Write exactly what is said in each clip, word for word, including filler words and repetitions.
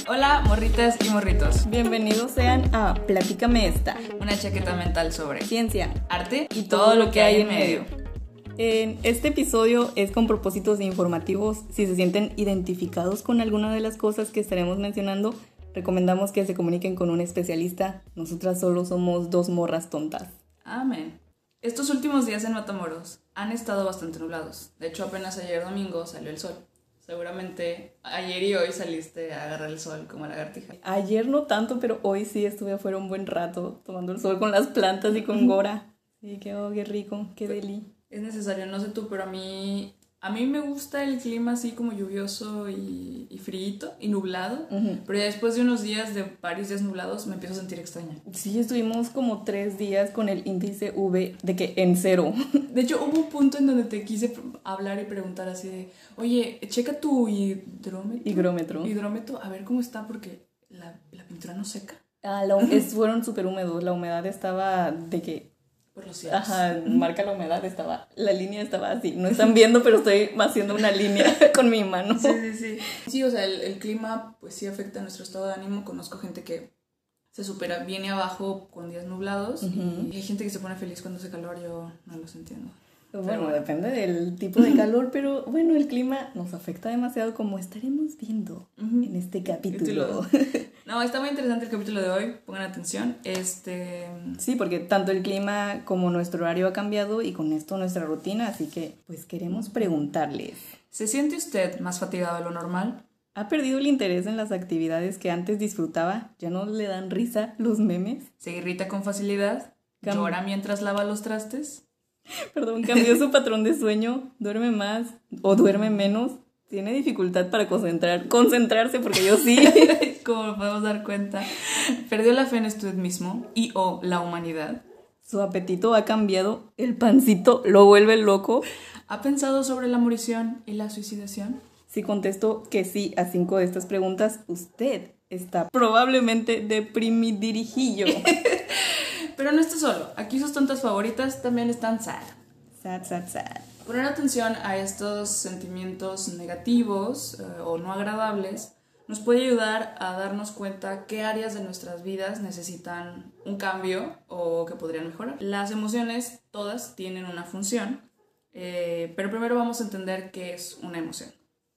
Hola, morritas y morritos. Bienvenidos sean a Platícame Esta, una chaqueta mental sobre ciencia, arte y todo lo que hay en medio. En este episodio es con propósitos informativos. Si se sienten identificados con alguna de las cosas que estaremos mencionando, recomendamos que se comuniquen con un especialista. Nosotras solo somos dos morras tontas. Amén. Estos últimos días en Matamoros han estado bastante nublados. De hecho, apenas ayer domingo salió el sol. Seguramente ayer y hoy saliste a agarrar el sol como lagartija. Ayer no tanto, pero hoy sí estuve afuera un buen rato tomando el sol con las plantas y con Gora. Sí, qué, oh, qué rico, qué deli. Es necesario, no sé tú, pero a mí a mí me gusta el clima así como lluvioso y, y fríito y nublado, uh-huh. Pero ya después de unos días, de varios días nublados, me empiezo a sentir extraña. Sí, estuvimos como tres días con el índice V de que en cero. De hecho, hubo un punto en donde te quise hablar y preguntar así de, oye, checa tu hidrómetro. Higrómetro. Hidrómetro, a ver cómo está, porque la, la pintura no seca. Ah, la, es, fueron súper húmedos, la humedad estaba de que... Por los cielos. Ajá, marca la humedad, estaba, la línea estaba así, no están viendo, pero estoy haciendo una línea con mi mano. Sí, sí, sí. Sí, o sea, el, el clima pues sí afecta a nuestro estado de ánimo. Conozco gente que se supera, viene abajo con días nublados, uh-huh. Y hay gente que se pone feliz cuando hace calor, yo no los entiendo. Bueno, pero, depende del tipo de calor, pero bueno, el clima nos afecta demasiado, como estaremos viendo uh-huh. en este capítulo. No, está muy interesante el capítulo de hoy, pongan atención. Este... Sí, porque tanto el clima como nuestro horario ha cambiado y con esto nuestra rutina, así que pues queremos preguntarles. ¿Se siente usted más fatigado de lo normal? ¿Ha perdido el interés en las actividades que antes disfrutaba? ¿Ya no le dan risa los memes? ¿Se irrita con facilidad? Cam- ¿Llora mientras lava los trastes? Perdón, cambió su patrón de sueño, duerme más o duerme menos, tiene dificultad para concentrar, concentrarse, porque yo sí, como lo podemos dar cuenta, perdió la fe en usted mismo y o la humanidad. Su apetito ha cambiado, el pancito lo vuelve loco. ¿Ha pensado sobre la morición y la suicidación? Si contesto que sí a cinco de estas preguntas, usted está probablemente deprimidirijillo. Pero no está solo, aquí sus tontas favoritas también están sad. Sad, sad, sad. Poner atención a estos sentimientos negativos eh, o no agradables nos puede ayudar a darnos cuenta qué áreas de nuestras vidas necesitan un cambio o que podrían mejorar. Las emociones, todas, tienen una función, eh, pero primero vamos a entender qué es una emoción.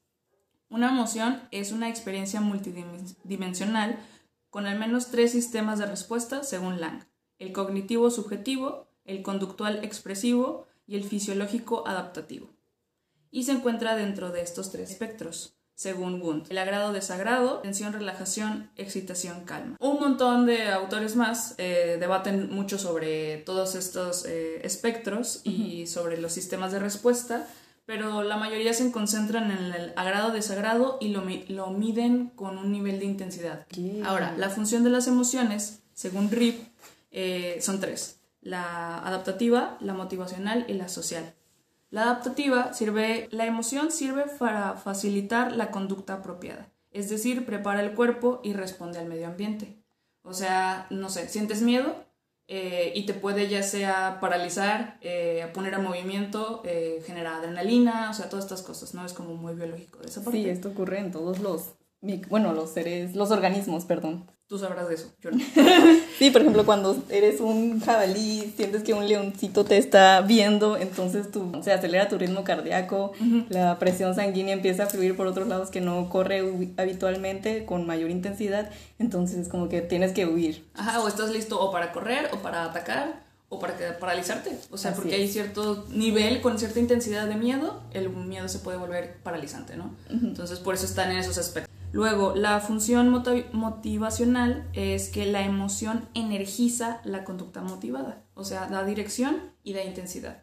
Una emoción es una experiencia multidimensional con al menos tres sistemas de respuesta según Lang. El cognitivo subjetivo, el conductual expresivo y el fisiológico adaptativo. Y se encuentra dentro de estos tres espectros, según Wundt. El agrado-desagrado, tensión, relajación, excitación, calma. Un montón de autores más eh, debaten mucho sobre todos estos eh, espectros y sobre los sistemas de respuesta, pero la mayoría se concentran en el agrado-desagrado y lo, lo miden con un nivel de intensidad. Yeah. Ahora, la función de las emociones, según Rip, Eh, son tres: la adaptativa, la motivacional y la social. La adaptativa sirve, la emoción sirve para facilitar la conducta apropiada, es decir, prepara el cuerpo y responde al medio ambiente. O sea, no sé, sientes miedo eh, y te puede ya sea paralizar, eh, poner a movimiento, eh, generar adrenalina, o sea, todas estas cosas, ¿no? Es como muy biológico de esa parte. Sí, esto ocurre en todos los, bueno, los seres, los organismos, perdón. Tú sabrás de eso, yo no. Sí, por ejemplo, cuando eres un jabalí, sientes que un leoncito te está viendo, entonces tú, o sea, acelera tu ritmo cardíaco, uh-huh. La presión sanguínea empieza a fluir por otros lados que no corre habitualmente con mayor intensidad, entonces es como que tienes que huir. Ajá, o estás listo o para correr, o para atacar, o para que, paralizarte. O sea, Así porque es. Hay cierto nivel, con cierta intensidad de miedo, el miedo se puede volver paralizante, ¿no? Uh-huh. Entonces, por eso están en esos aspectos. Luego, la función motivacional es que la emoción energiza la conducta motivada, o sea, da dirección y da intensidad.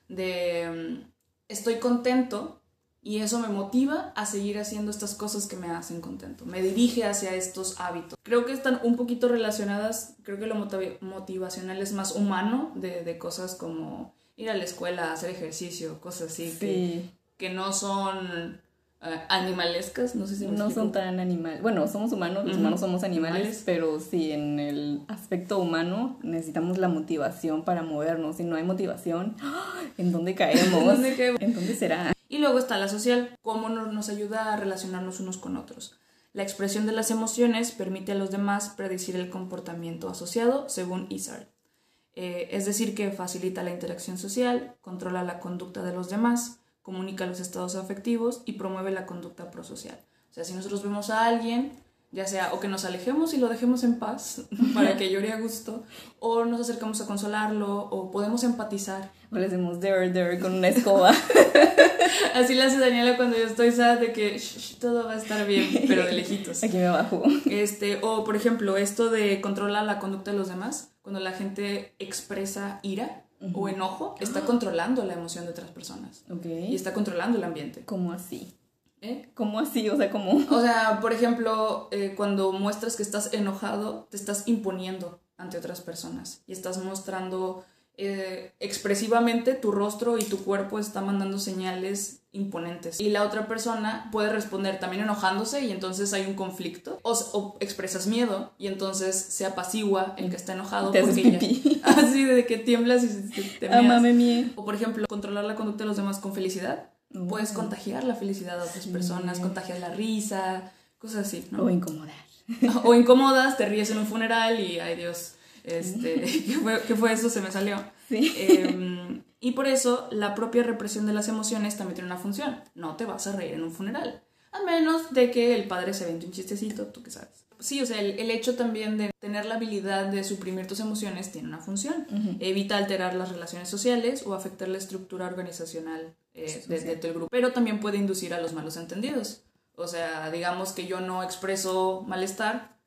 De estoy contento y eso me motiva a seguir haciendo estas cosas que me hacen contento, me dirige hacia estos hábitos. Creo que están un poquito relacionadas, creo que lo motiv- motivacional es más humano, de, de cosas como ir a la escuela, hacer ejercicio, cosas así, sí. que, que no son... Uh, animalescas, no sé si me no explico. son tan animales, bueno, somos humanos, los uh-huh. humanos somos animales, animales, pero sí, en el aspecto humano necesitamos la motivación para movernos. Si no hay motivación, ¿en dónde caemos? ¿Dónde caemos? ¿En dónde será? Y luego está la social, cómo nos ayuda a relacionarnos unos con otros. La expresión de las emociones permite a los demás predecir el comportamiento asociado, según Izard. Eh, es decir, que facilita la interacción social, controla la conducta de los demás, comunica los estados afectivos y promueve la conducta prosocial. O sea, si nosotros vemos a alguien, ya sea o que nos alejemos y lo dejemos en paz para que llore a gusto, o nos acercamos a consolarlo, o podemos empatizar. O le decimos there, there con una escoba. Así le hace Daniela cuando yo estoy sad de que shh, shh, todo va a estar bien, pero de lejitos. Aquí me bajo. Este, o por ejemplo, esto de controlar la conducta de los demás. Cuando la gente expresa ira uh-huh. o enojo, está controlando la emoción de otras personas. Okay. Y está controlando el ambiente. ¿Cómo así? ¿Eh? ¿Cómo así? O sea, ¿cómo? O sea, por ejemplo, eh, cuando muestras que estás enojado, te estás imponiendo ante otras personas. Y estás mostrando eh, expresivamente tu rostro y tu cuerpo está mandando señales imponentes. Y la otra persona puede responder también enojándose y entonces hay un conflicto. O, o expresas miedo y entonces se apacigua el que está enojado. Te haces pipí. Ya, así de que tiemblas y te meas. Amame mie. O por ejemplo, controlar la conducta de los demás con felicidad. Uh-huh. Puedes contagiar la felicidad a otras sí. personas, contagiar la risa, cosas así, ¿no? O incomodar. O incomodas, te ríes en un funeral y ay Dios, este, ¿qué fue, qué fue eso? Se me salió. Sí. Eh, y por eso la propia represión de las emociones también tiene una función. No te vas a reír en un funeral, a menos de que el padre se vente un chistecito, tú qué sabes. Sí, o sea, el, el hecho también de tener la habilidad de suprimir tus emociones tiene una función. Uh-huh. Evita alterar las relaciones sociales o afectar la estructura organizacional eh, de, de, del grupo. Pero también puede inducir a los malos entendidos. O sea, digamos que yo no expreso malestar,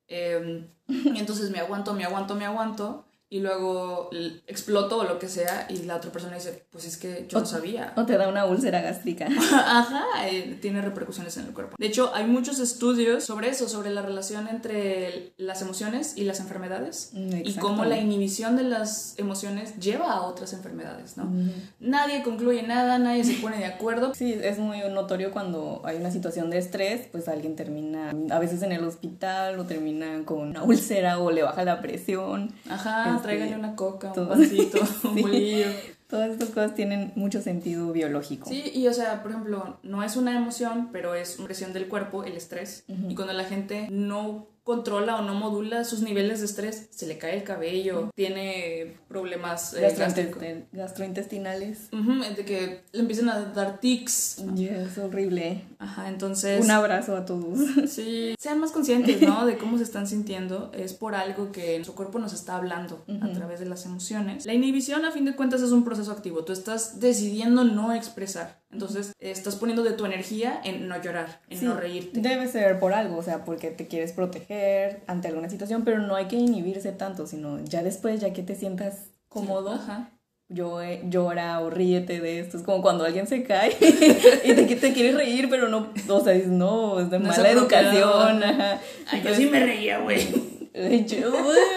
eh, y entonces me aguanto, me aguanto, me aguanto, y luego exploto o lo que sea, y la otra persona dice, pues es que yo o, no sabía. O te da una úlcera gástrica. Ajá, eh, tiene repercusiones en el cuerpo. De hecho, hay muchos estudios sobre eso, sobre la relación entre las emociones y las enfermedades. Exacto. Y cómo la inhibición de las emociones lleva a otras enfermedades, ¿no? Mm. Nadie concluye nada, nadie se pone de acuerdo. Sí, es muy notorio cuando hay una situación de estrés, pues alguien termina a veces en el hospital o termina con una úlcera o le baja la presión. Ajá. Tráiganle una coca, un pancito, sí, un bolillo. Todas estas cosas tienen mucho sentido biológico. Sí, y o sea, por ejemplo, no es una emoción, pero es una presión del cuerpo, el estrés. Uh-huh. Y cuando la gente no controla o no modula sus niveles de estrés, se le cae el cabello, uh-huh. tiene problemas eh, Gastrointestin- gastrointestinales. Uh-huh, de que le empiezan a dar tics. Yeah, es horrible. Ajá, entonces... Un abrazo a todos. Sí, sean más conscientes, ¿no? De cómo se están sintiendo. Es por algo que nuestro cuerpo nos está hablando uh-huh. a través de las emociones. La inhibición, a fin de cuentas, es un proceso activo. Tú estás decidiendo no expresar. Entonces, estás poniendo de tu energía en no llorar, en sí, no reírte. Debe ser por algo, o sea, porque te quieres proteger ante alguna situación, pero no hay que inhibirse tanto, sino ya después, ya que te sientas cómodo, sí, ajá. Yo, eh, llora o ríete de esto. Es como cuando alguien se cae y te, te quieres reír, pero no, o sea, dices, no, es de no mala educación. Ajá. Ay, yo sí me reía, güey. Yo,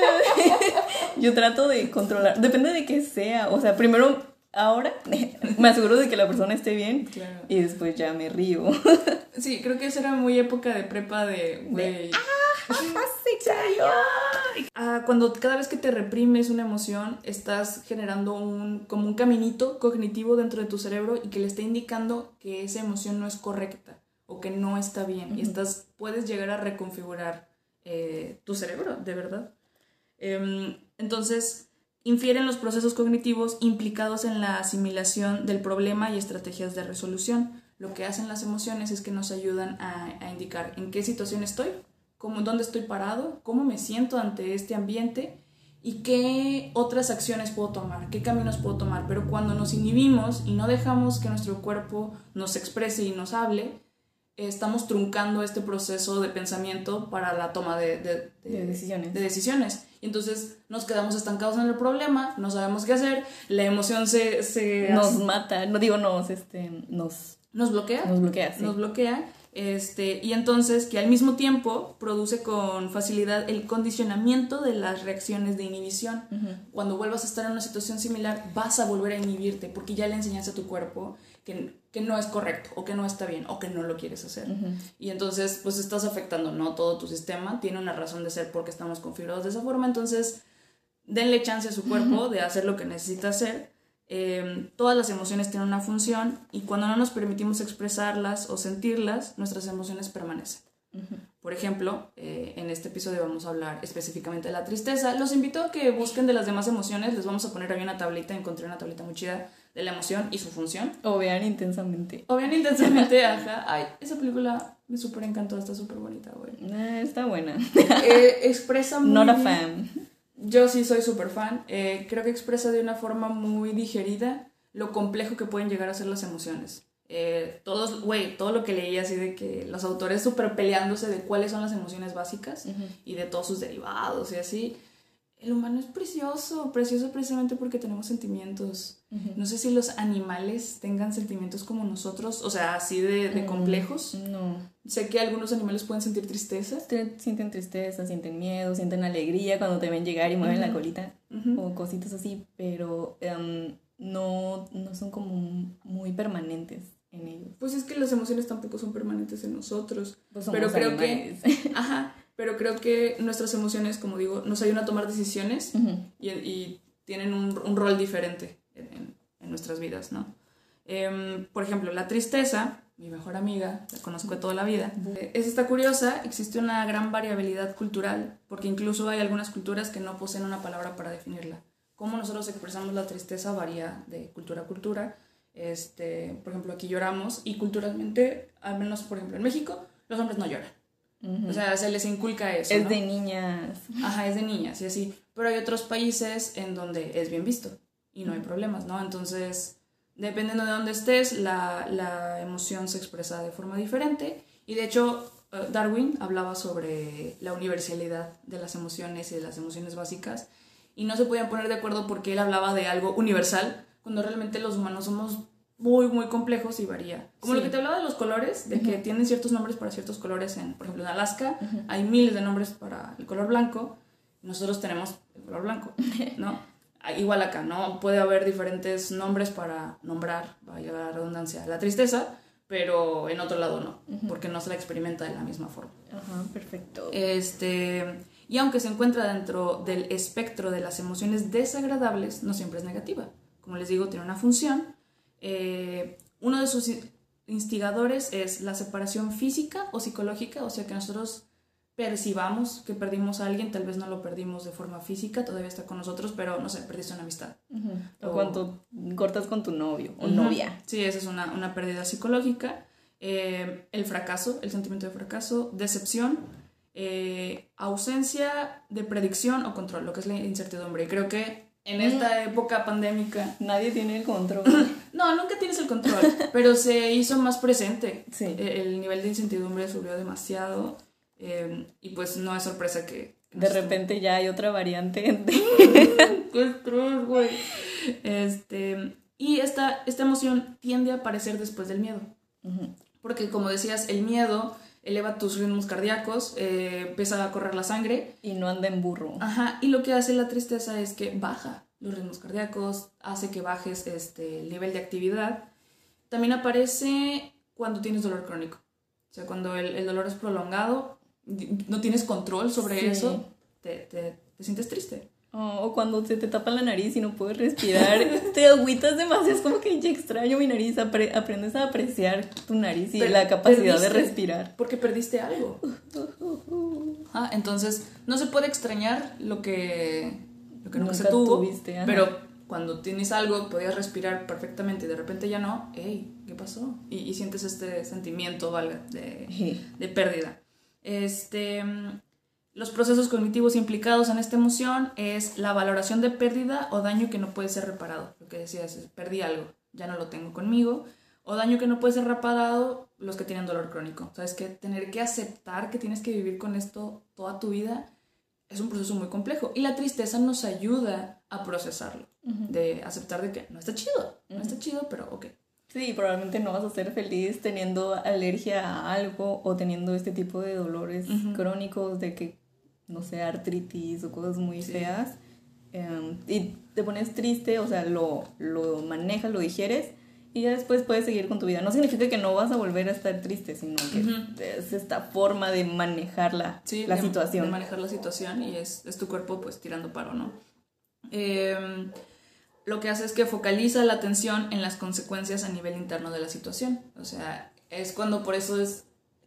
yo trato de controlar, depende de qué sea, o sea, primero... Ahora me aseguro de que la persona esté bien, claro. Y después ya me río. Sí, creo que esa era muy época de prepa de... de... ¡Ah! ¡Se cayó! Ah, cuando cada vez que te reprimes una emoción, estás generando un, como un caminito cognitivo dentro de tu cerebro y que le está indicando que esa emoción no es correcta o que no está bien. Uh-huh. Y estás, puedes llegar a reconfigurar eh, tu cerebro, de verdad. Eh, entonces... infieren los procesos cognitivos implicados en la asimilación del problema y estrategias de resolución. Lo que hacen las emociones es que nos ayudan a, a indicar en qué situación estoy, cómo, dónde estoy parado, cómo me siento ante este ambiente y qué otras acciones puedo tomar, qué caminos puedo tomar. Pero cuando nos inhibimos y no dejamos que nuestro cuerpo nos exprese y nos hable, estamos truncando este proceso de pensamiento para la toma de, de, de, de decisiones. de decisiones. Y entonces nos quedamos estancados en el problema, no sabemos qué hacer, la emoción se... se nos hace, mata, no digo nos, este, nos... Nos bloquea. Nos bloquea, sí. Nos bloquea, este, y entonces que al mismo tiempo produce con facilidad el condicionamiento de las reacciones de inhibición. Uh-huh. Cuando vuelvas a estar en una situación similar, vas a volver a inhibirte porque ya le enseñaste a tu cuerpo que, que no es correcto, o que no está bien, o que no lo quieres hacer. Uh-huh. Y entonces, pues estás afectando, ¿no? Todo tu sistema tiene una razón de ser porque estamos configurados de esa forma. Entonces, denle chance a su cuerpo uh-huh. de hacer lo que necesita hacer. Eh, todas las emociones tienen una función y cuando no nos permitimos expresarlas o sentirlas, nuestras emociones permanecen. Uh-huh. Por ejemplo, eh, en este episodio vamos a hablar específicamente de la tristeza. Los invito a que busquen de las demás emociones. Les vamos a poner ahí una tablita, encontré una tablita muy chida de la emoción y su función. O vean Intensamente. O vean Intensamente, ajá. Ay, esa película me súper encantó, está súper bonita, güey. Eh, está buena. Eh, expresa muy Not a bien. fan. Yo sí soy súper fan. Eh, creo que expresa de una forma muy digerida lo complejo que pueden llegar a ser las emociones. Eh, todos, güey, todo lo que leí así de que los autores súper peleándose de cuáles son las emociones básicas uh-huh. y de todos sus derivados y así. El humano es precioso, precioso precisamente porque tenemos sentimientos. Uh-huh. No sé si los animales tengan sentimientos como nosotros, o sea, así de, de complejos. Mm, no. Sé que algunos animales pueden sentir tristeza. Sienten tristeza, sienten miedo, sienten alegría cuando te ven llegar y mueven uh-huh. la colita uh-huh. o cositas así, pero um, no, no son como muy permanentes en ellos. Pues es que las emociones tampoco son permanentes en nosotros. Pues somos pero creo animales. que ajá, pero creo que nuestras emociones, como digo, nos ayudan a tomar decisiones uh-huh. y, y tienen un, un rol diferente en, en, en nuestras vidas, ¿no? Eh, por ejemplo, la tristeza, mi mejor amiga, la conozco de toda la vida. Eh, es esta curiosa, existe una gran variabilidad cultural, porque incluso hay algunas culturas que no poseen una palabra para definirla. Cómo nosotros expresamos la tristeza varía de cultura a cultura. Este, por ejemplo, aquí lloramos y culturalmente, al menos por ejemplo en México, los hombres no lloran. Uh-huh. O sea, se les inculca eso, Es ¿no? de niñas. Ajá, es de niñas y así. Pero hay otros países en donde es bien visto y no hay problemas, ¿no? Entonces, dependiendo de dónde estés, la, la emoción se expresa de forma diferente. Y de hecho, Darwin hablaba sobre la universalidad de las emociones y de las emociones básicas. Y no se podían poner de acuerdo porque él hablaba de algo universal, cuando realmente los humanos somos muy, muy complejos y varía. Como sí. Lo que te hablaba de los colores, de uh-huh. que tienen ciertos nombres para ciertos colores. En, por ejemplo, en Alaska uh-huh. hay miles de nombres para el color blanco. Nosotros tenemos el color blanco, ¿no? Igual acá, ¿no? Puede haber diferentes nombres para nombrar, vaya la redundancia, la tristeza, pero en otro lado no, uh-huh. porque no se la experimenta de la misma forma. Ajá, uh-huh, perfecto. Este, y aunque se encuentra dentro del espectro de las emociones desagradables, no siempre es negativa. Como les digo, tiene una función. Eh, uno de sus instigadores es la separación física o psicológica, o sea que nosotros percibamos que perdimos a alguien, tal vez no lo perdimos de forma física, todavía está con nosotros, pero no sé, perdiste una amistad. Uh-huh. O, o cuando cortas con tu novio o uh-huh. novia. Sí, esa es una, una pérdida psicológica. Eh, el fracaso, el sentimiento de fracaso, decepción, eh, ausencia de predicción o control, lo que es la incertidumbre. Y creo que en esta época pandémica nadie tiene el control. No, nunca tienes el control, pero se hizo más presente. Sí. El nivel de incertidumbre subió demasiado. Eh, y pues no es sorpresa que... que de repente esté... ya hay otra variante. De... ¡Qué estrés, güey! Este, y esta, esta emoción tiende a aparecer después del miedo. Uh-huh. Porque como decías, el miedo eleva tus ritmos cardíacos, eh, empieza a correr la sangre. Y no anda en burro. Ajá, y lo que hace la tristeza es que baja los ritmos cardíacos, hace que bajes este, el nivel de actividad. También aparece cuando tienes dolor crónico. O sea, cuando el, el dolor es prolongado, no tienes control sobre sí. eso, te, te, te sientes triste. Oh, o cuando se te tapa la nariz y no puedes respirar, te agüitas demasiado, es como que ya extraño mi nariz, Apre- aprendes a apreciar tu nariz y Pero la capacidad de respirar. Porque perdiste algo. Ah, entonces, no se puede extrañar lo que, lo que nunca, nunca se tuvo, tuviste, pero cuando tienes algo, podías respirar perfectamente y de repente ya no, ¡ey! ¿Qué pasó? Y, y sientes este sentimiento, valga, de, de pérdida. Este, los procesos cognitivos implicados en esta emoción es la valoración de pérdida o daño que no puede ser reparado. Lo que decías es, perdí algo, ya no lo tengo conmigo. O daño que no puede ser reparado, los que tienen dolor crónico. Sabes que tener que aceptar que tienes que vivir con esto toda tu vida es un proceso muy complejo. Y la tristeza nos ayuda a procesarlo. Uh-huh. De aceptar de que no está chido, uh-huh. no está chido, pero ok. Sí, probablemente no vas a ser feliz teniendo alergia a algo o teniendo este tipo de dolores uh-huh. crónicos de que, no sé, artritis o cosas muy sí. feas. Um, y te pones triste, o sea, lo, lo manejas, lo digieres y ya después puedes seguir con tu vida. No significa que no vas a volver a estar triste, sino que uh-huh. es esta forma de manejar la, sí, la de, situación. de manejar la situación y es, es tu cuerpo pues tirando paro, ¿no? Eh... Lo que hace es que focaliza la atención en las consecuencias a nivel interno de la situación. O sea, es cuando por eso es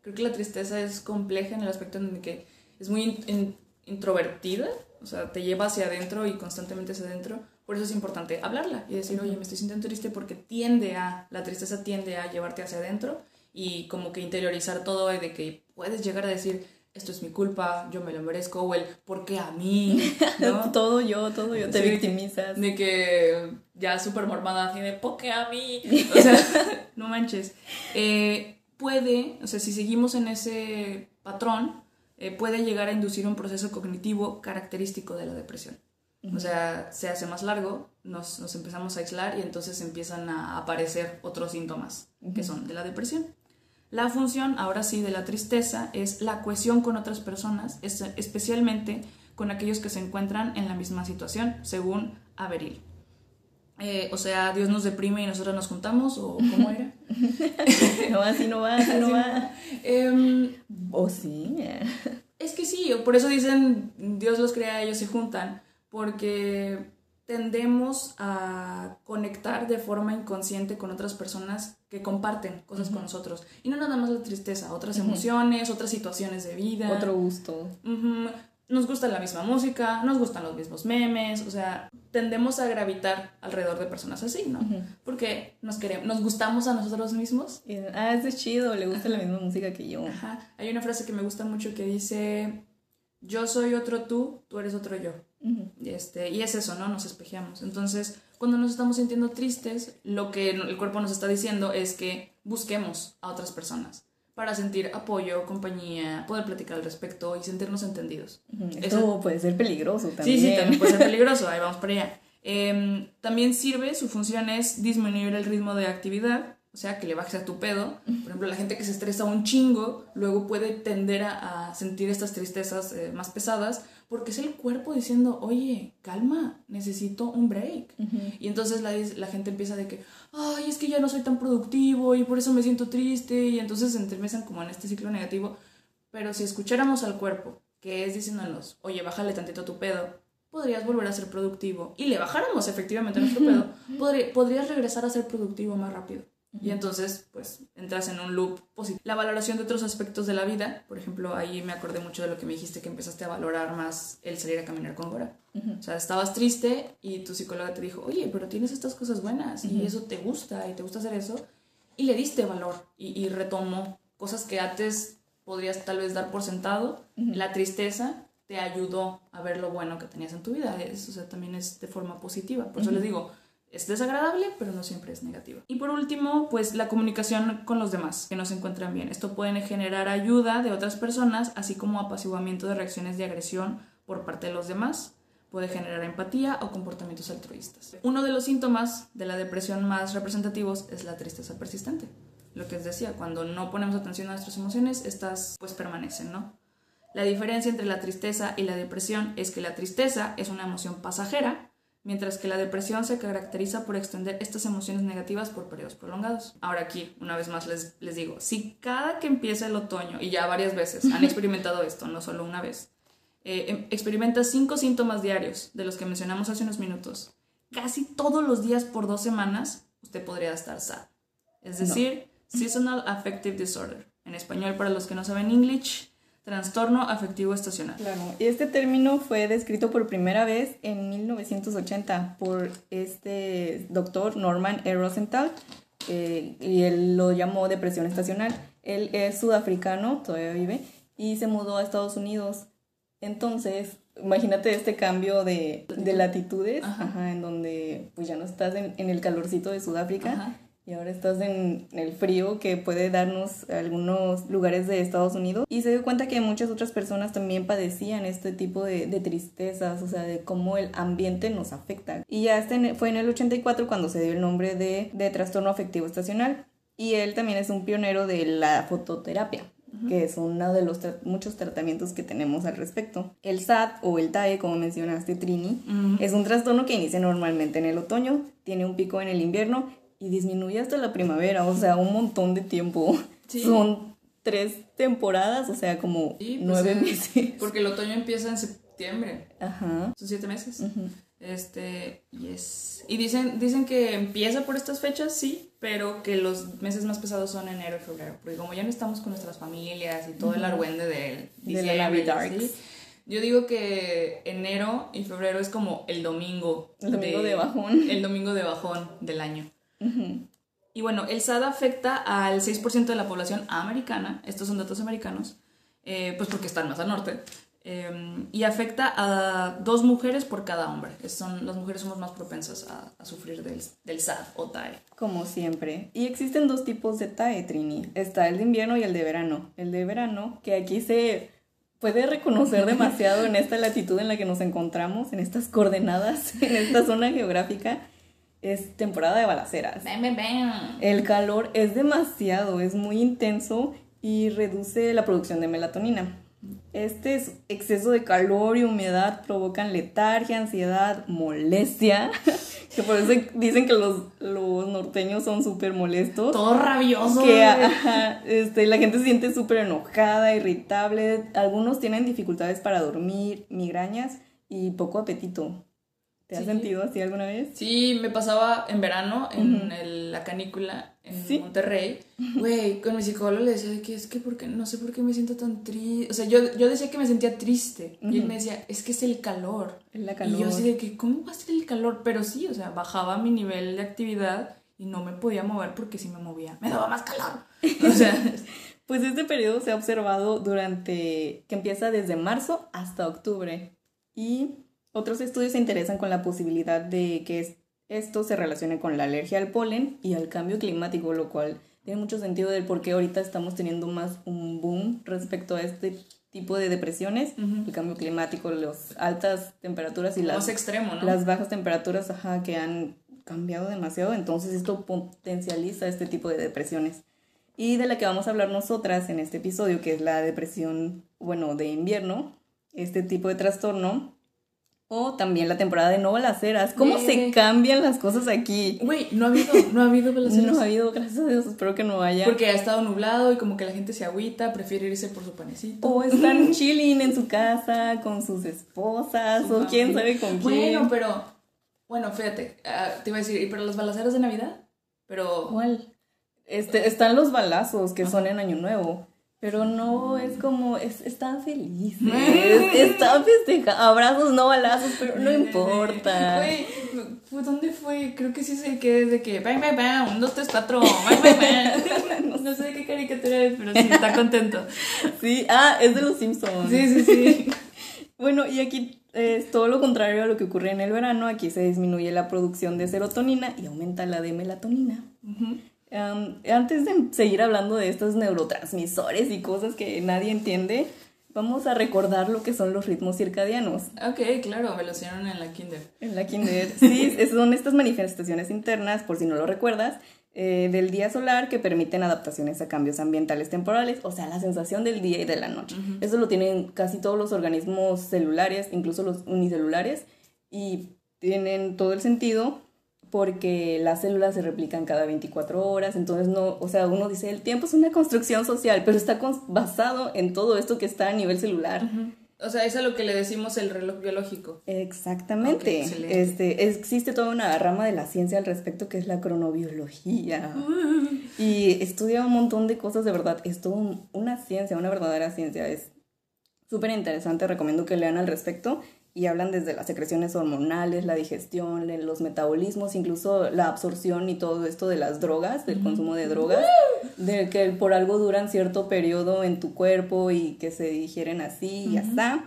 Creo que la tristeza es compleja en el aspecto en el que es muy in- in- introvertida, o sea, te lleva hacia adentro y constantemente hacia adentro. Por eso es importante hablarla y decir, oye, me estoy sintiendo triste, porque tiende a, la tristeza tiende a llevarte hacia adentro y como que interiorizar todo, de que puedes llegar a decir, esto es mi culpa, yo me lo merezco, o el ¿por qué a mí? ¿No? Todo yo, todo yo, te Sí, victimizas. De que ya súper mormada, así de ¿por qué a mí? O sea, no manches. Eh, puede, o sea, si seguimos en ese patrón, eh, puede llegar a inducir un proceso cognitivo característico de la depresión. O sea, se hace más largo, nos, nos empezamos a aislar y entonces empiezan a aparecer otros síntomas que son de la depresión. La función, ahora sí, de la tristeza es la cohesión con otras personas, es, especialmente con aquellos que se encuentran en la misma situación, según Averil. Eh, o sea, Dios nos deprime y nosotros nos juntamos, ¿o cómo era? No, así no va, así no Así va. Eh, ¿O sí? es que sí, por eso dicen Dios los crea, ellos se juntan, porque tendemos a conectar de forma inconsciente con otras personas que comparten cosas uh-huh. con nosotros. Y no nada más la tristeza, otras uh-huh. emociones, otras situaciones de vida. Otro gusto. Uh-huh. Nos gusta la misma música, nos gustan los mismos memes, o sea, tendemos a gravitar alrededor de personas así, ¿no? Uh-huh. Porque nos queremos, nos gustamos a nosotros mismos. Y, ah, eso es chido, le gusta uh-huh. la misma música que yo. Ajá. Hay una frase que me gusta mucho que dice, yo soy otro tú, tú eres otro yo. Uh-huh. Este, y es eso, ¿no? Nos espejeamos. Entonces, cuando nos estamos sintiendo tristes, lo que el cuerpo nos está diciendo es que busquemos a otras personas para sentir apoyo, compañía, poder platicar al respecto y sentirnos entendidos. Uh-huh. Esto eso puede ser peligroso también. Sí, sí, también puede ser peligroso. Ahí vamos para allá. Eh, también sirve, su función es disminuir el ritmo de actividad, o sea, que le bajes a tu pedo. Por ejemplo, la gente que se estresa un chingo, luego puede tender a, a sentir estas tristezas eh, más pesadas, porque es el cuerpo diciendo, oye, calma, necesito un break. Uh-huh. Y entonces la, la gente empieza de que, ay, es que ya no soy tan productivo y por eso me siento triste, y entonces se entremezan como en este ciclo negativo. Pero si escucháramos al cuerpo, que es diciéndonos, oye, bájale tantito a tu pedo, podrías volver a ser productivo, y le bajáramos efectivamente a nuestro pedo, podrí, podrías regresar a ser productivo más rápido. Y entonces, pues, entras en un loop positivo. La valoración de otros aspectos de la vida, por ejemplo, ahí me acordé mucho de lo que me dijiste, que empezaste a valorar más el salir a caminar con Gora. Uh-huh. O sea, estabas triste y tu psicóloga te dijo, oye, pero tienes estas cosas buenas, uh-huh. y eso te gusta, y te gusta hacer eso, y le diste valor, y, y retomó cosas que antes podrías tal vez dar por sentado. Uh-huh. La tristeza te ayudó a ver lo bueno que tenías en tu vida. Es, o sea, también es de forma positiva. Por eso uh-huh. les digo, es desagradable, pero no siempre es negativa. Y por último, pues la comunicación con los demás, que no se encuentran bien. Esto puede generar ayuda de otras personas, así como apaciguamiento de reacciones de agresión por parte de los demás. Puede generar empatía o comportamientos altruistas. Uno de los síntomas de la depresión más representativos es la tristeza persistente. Lo que os decía, cuando no ponemos atención a nuestras emociones, estas pues permanecen, ¿no? La diferencia entre la tristeza y la depresión es que la tristeza es una emoción pasajera, mientras que la depresión se caracteriza por extender estas emociones negativas por periodos prolongados. Ahora aquí, una vez más les, les digo, si cada que empieza el otoño, y ya varias veces han experimentado esto, no solo una vez, eh, experimenta cinco síntomas diarios de los que mencionamos hace unos minutos, casi todos los días por dos semanas, usted podría estar sad. Es decir, no. Seasonal Affective Disorder. En español, para los que no saben English, trastorno afectivo estacional. Claro, y este término fue descrito por primera vez en mil novecientos ochenta por este doctor Norman E. Rosenthal, eh, y él lo llamó depresión estacional. Él es sudafricano, todavía vive, y se mudó a Estados Unidos. Entonces, imagínate este cambio de, de latitudes, ajá. Ajá, en donde pues ya no estás en, en el calorcito de Sudáfrica, ajá. Y ahora estás en el frío que puede darnos algunos lugares de Estados Unidos. Y se dio cuenta que muchas otras personas también padecían este tipo de, de tristezas, o sea, de cómo el ambiente nos afecta. Y ya este fue en el ochenta y cuatro cuando se dio el nombre de, de trastorno afectivo estacional. Y él también es un pionero de la fototerapia, uh-huh. que es uno de los tra- muchos tratamientos que tenemos al respecto. El S A D o el T A E, como mencionaste, Trini, uh-huh. es un trastorno que inicia normalmente en el otoño, tiene un pico en el invierno y disminuye hasta la primavera, o sea, un montón de tiempo. Sí. Son tres temporadas, o sea, como sí, pues nueve sí, meses. Porque el otoño empieza en septiembre. Ajá. Son siete meses. Uh-huh. Este, yes. Y dicen, dicen que empieza por estas fechas, sí, pero que los meses más pesados son enero y febrero, porque como ya no estamos con nuestras familias y todo uh-huh. el argüende del de la Navidad, ¿sí? Yo digo que enero y febrero es como el domingo. El domingo de, de bajón. El domingo de bajón del año. Uh-huh. Y bueno, el S A D afecta al seis por ciento de la población americana, estos son datos americanos, eh, pues porque están más al norte, eh, y afecta a dos mujeres por cada hombre. Son, las mujeres somos más propensas a, a sufrir del, del S A D o T A E. Como siempre. Y existen dos tipos de T A E, Trini. Está el de invierno y el de verano. El de verano, que aquí se puede reconocer demasiado en esta latitud en la que nos encontramos, en estas coordenadas, en esta zona geográfica, es temporada de balaceras. Bam, bam, bam. El calor es demasiado, es muy intenso y reduce la producción de melatonina. Este exceso de calor y humedad provocan letargia, ansiedad, molestia, que por eso dicen que los, los norteños son súper molestos. Todo rabioso. Que ajá, este, la gente se siente súper enojada, irritable. Algunos tienen dificultades para dormir, migrañas y poco apetito. ¿Te has sí. sentido así alguna vez? Sí, me pasaba en verano en Uh-huh. el, la canícula en ¿Sí? Monterrey. Güey, con mi psicólogo le decía que es que porque no sé por qué me siento tan triste. O sea, yo, yo decía que me sentía triste. Uh-huh. Y él me decía, es que es el calor. Es la calor. Y yo así de que, ¿cómo va a ser el calor? Pero sí, o sea, bajaba mi nivel de actividad y no me podía mover porque si me movía me daba más calor. O sea... Pues este periodo se ha observado durante... que empieza desde marzo hasta octubre. Y... otros estudios se interesan con la posibilidad de que esto se relacione con la alergia al polen y al cambio climático, lo cual tiene mucho sentido del por qué ahorita estamos teniendo más un boom respecto a este tipo de depresiones, uh-huh. el cambio climático, las altas temperaturas y las, más extremo, ¿no? las bajas temperaturas ajá, que han cambiado demasiado, entonces esto potencializa este tipo de depresiones. Y de la que vamos a hablar nosotras en este episodio, que es la depresión, bueno, de invierno, este tipo de trastorno. O también la temporada de no balaceras. ¿Cómo yeah. se cambian las cosas aquí? Güey, no ha habido, no ha habido balaceras. No ha habido, gracias a Dios, espero que no haya. Porque ha estado nublado y como que la gente se agüita, prefiere irse por su panecito. O están chilling en su casa con sus esposas, su o quién sabe con quién. Bueno, pero, bueno, fíjate, uh, te iba a decir, ¿y pero las balaceras de Navidad? Pero... ¿Cuál? Este, están los balazos que Ajá. son en Año Nuevo. Pero no, es como, es, están felices, están festejando, abrazos, no balazos, pero no importa. Güey, ¿dónde fue? Creo que sí sé que es de que, bam, bam, bam, un, dos, tres, cuatro, bam, bam, bam. No, no sé de qué caricatura es, pero sí, está contento. Sí, ah, es de los Simpsons. Sí, sí, sí. Bueno, y aquí es todo lo contrario a lo que ocurre en el verano, aquí se disminuye la producción de serotonina y aumenta la de melatonina. Uh-huh. Um, antes de seguir hablando de estos neurotransmisores y cosas que nadie entiende, vamos a recordar lo que son los ritmos circadianos. Ok, claro, me lo hicieron en la kinder. En la kinder, sí, son estas manifestaciones internas, por si no lo recuerdas, eh, del día solar que permiten adaptaciones a cambios ambientales temporales, o sea, la sensación del día y de la noche. Uh-huh. Eso lo tienen casi todos los organismos celulares, incluso los unicelulares, y tienen todo el sentido porque las células se replican cada veinticuatro horas, entonces no, o sea, uno dice, el tiempo es una construcción social, pero está con, basado en todo esto que está a nivel celular. Uh-huh. O sea, es a lo que le decimos el reloj biológico. Exactamente. Okay, este, existe toda una rama de la ciencia al respecto que es la cronobiología. Uh-huh. Y estudia un montón de cosas, de verdad, es toda un, una ciencia, una verdadera ciencia, es súper interesante, recomiendo que lean al respecto. Y hablan desde las secreciones hormonales, la digestión, los metabolismos, incluso la absorción y todo esto de las drogas, del consumo de drogas, de que por algo duran cierto periodo en tu cuerpo y que se digieren así y ya está.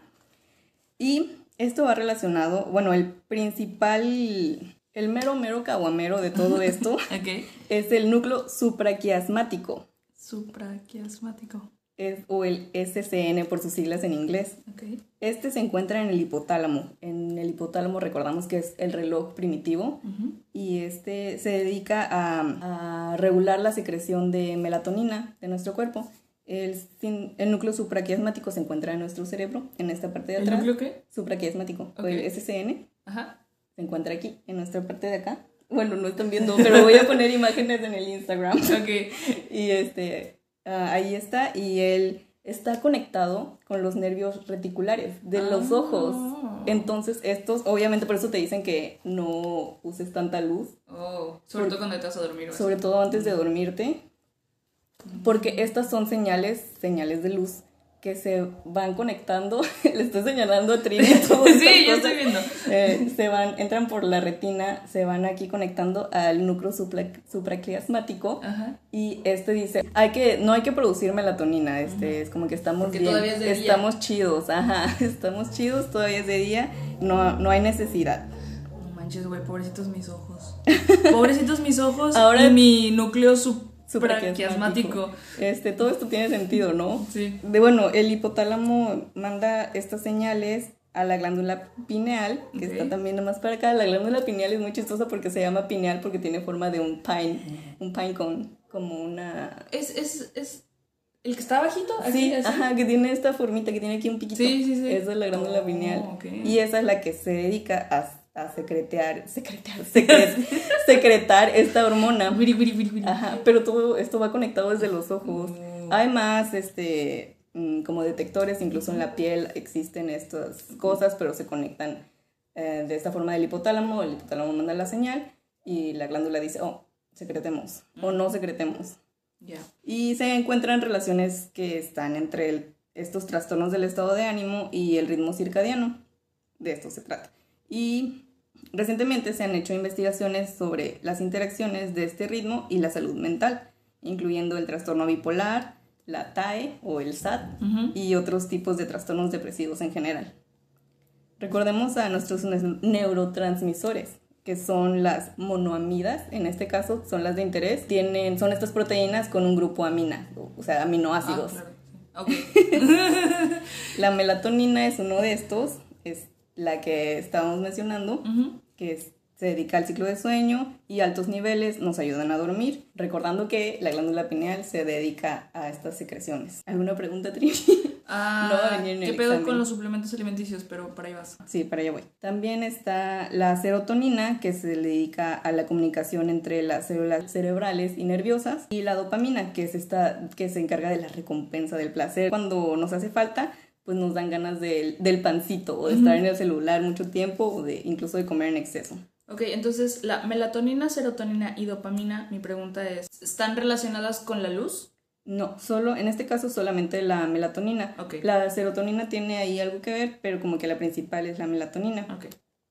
Y esto va relacionado, bueno, el principal, el mero mero caguamero de todo esto okay. es el núcleo supraquiasmático. Supraquiasmático. Es, o el S C N por sus siglas en inglés. Okay. Este se encuentra en el hipotálamo. En el hipotálamo recordamos que es el reloj primitivo uh-huh. y este se dedica a, a regular la secreción de melatonina de nuestro cuerpo. El, el núcleo supraquiasmático se encuentra en nuestro cerebro, en esta parte de atrás. ¿El núcleo qué? Supraquiasmático. Okay. O el S C N Ajá. se encuentra aquí, en nuestra parte de acá. Bueno, no están viendo, pero voy a poner imágenes en el Instagram. Ok. Y este... Uh, ahí está, y el está conectado con los nervios reticulares de los ah. ojos. Entonces estos, obviamente por eso te dicen que no uses tanta luz. Oh, sobre por, todo cuando te vas a dormir. Sobre todo antes de dormirte. Porque estas son señales, señales de luz que se van conectando, le estoy señalando a Trini. Sí, yo estoy viendo. Eh, se van, entran por la retina, se van aquí conectando al núcleo supra, supraquiasmático. Ajá. Y este dice, hay que, no hay que producir melatonina, este, uh-huh. es como que estamos Porque bien, todavía es de estamos día. chidos, ajá, estamos chidos, todavía es de día, no, no hay necesidad. No manches, güey, pobrecitos mis ojos. Pobrecitos mis ojos. Ahora y mi núcleo supraquiasmático. Supraquiasmático. Este, todo esto tiene sentido, ¿no? Sí. De bueno, el hipotálamo manda estas señales a la glándula pineal, que okay. está también nomás para acá. La glándula pineal es muy chistosa porque se llama pineal porque tiene forma de un pine, un pine cone, como una... Es, es, es el que está bajito. Aquí, sí, así. Ajá, que tiene esta formita, que tiene aquí un piquito. Sí, sí, sí. Esa es la glándula oh, pineal. Okay. Y esa es la que se dedica a a secretear, secretear, secret, secretar esta hormona. Ajá, pero todo esto va conectado desde los ojos. Oh. Además, este, como detectores, incluso en la piel existen estas cosas, pero se conectan eh, de esta forma del hipotálamo. El hipotálamo manda la señal y la glándula dice, oh, secretemos, o no secretemos. Yeah. Y se encuentran relaciones que están entre el, estos trastornos del estado de ánimo y el ritmo circadiano. De esto se trata. Y recientemente se han hecho investigaciones sobre las interacciones de este ritmo y la salud mental, incluyendo el trastorno bipolar, la T A E o el S A T uh-huh. y otros tipos de trastornos depresivos en general. Recordemos a nuestros neurotransmisores, que son las monoamidas, en este caso son las de interés, tienen, son estas proteínas con un grupo amina, o sea, aminoácidos. Ah, claro. Okay. La melatonina es uno de estos, es la que estábamos mencionando, uh-huh. que es, se dedica al ciclo de sueño y altos niveles nos ayudan a dormir, recordando que la glándula pineal se dedica a estas secreciones. ¿Alguna pregunta, Trini? Ah, no va a venir en el ¿qué pedo examen con los suplementos alimenticios? Pero para ahí vas. Sí, para allá voy. También está la serotonina, que se dedica a la comunicación entre las células cerebrales y nerviosas, y la dopamina, que es esta, que se encarga de la recompensa del placer. Cuando nos hace falta, pues nos dan ganas de, del pancito o de uh-huh. estar en el celular mucho tiempo o de incluso de comer en exceso. Ok, entonces la melatonina, serotonina y dopamina, mi pregunta es, ¿están relacionadas con la luz? No, solo, en este caso solamente la melatonina. Okay. La serotonina tiene ahí algo que ver, pero como que la principal es la melatonina. Okay.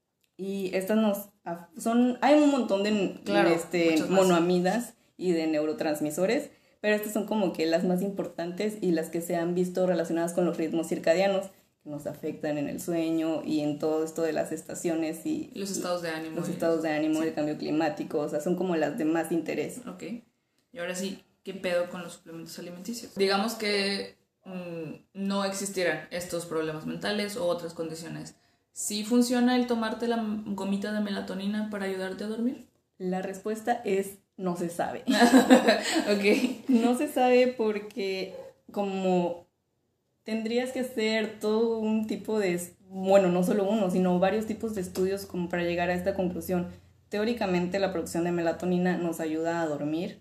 Y estas nos, son, hay un montón de claro, este, monoamidas y de neurotransmisores, pero estas son como que las más importantes y las que se han visto relacionadas con los ritmos circadianos, que nos afectan en el sueño y en todo esto de las estaciones y... Los estados de ánimo. Los estados de ánimo, sí. El cambio climático, o sea, son como las de más interés. Ok. Y ahora sí, ¿qué pedo con los suplementos alimenticios? Digamos que mmm, no existieran estos problemas mentales o otras condiciones. ¿Sí funciona el tomarte la gomita de melatonina para ayudarte a dormir? La respuesta es... no se sabe. Ok. No se sabe porque como tendrías que hacer todo un tipo de, bueno, no solo uno, sino varios tipos de estudios como para llegar a esta conclusión. Teóricamente la producción de melatonina nos ayuda a dormir,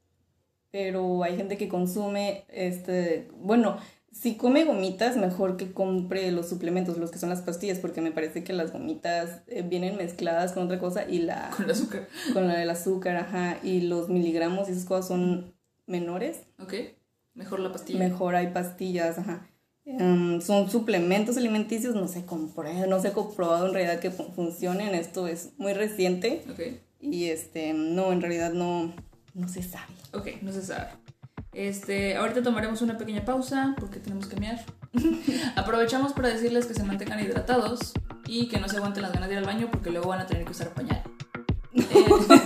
pero hay gente que consume, este, bueno, si come gomitas, mejor que compre los suplementos, los que son las pastillas, porque me parece que las gomitas eh, vienen mezcladas con otra cosa y la... Con el azúcar. Con la del azúcar, ajá, y los miligramos y esas cosas son menores. Ok, mejor la pastilla. Mejor hay pastillas, ajá. Um, son suplementos alimenticios, no se comprueba, no se ha comprobado en realidad que funcionen, esto es muy reciente. Ok. Y este, no, en realidad no, no se sabe. Ok, no se sabe. Este, ahorita tomaremos una pequeña pausa porque tenemos que mear. Aprovechamos para decirles que se mantengan hidratados y que no se aguanten las ganas de ir al baño porque luego van a tener que usar pañal. eh.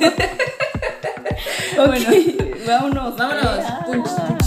Bueno, vámonos. Vámonos. Ah. Punch, punch.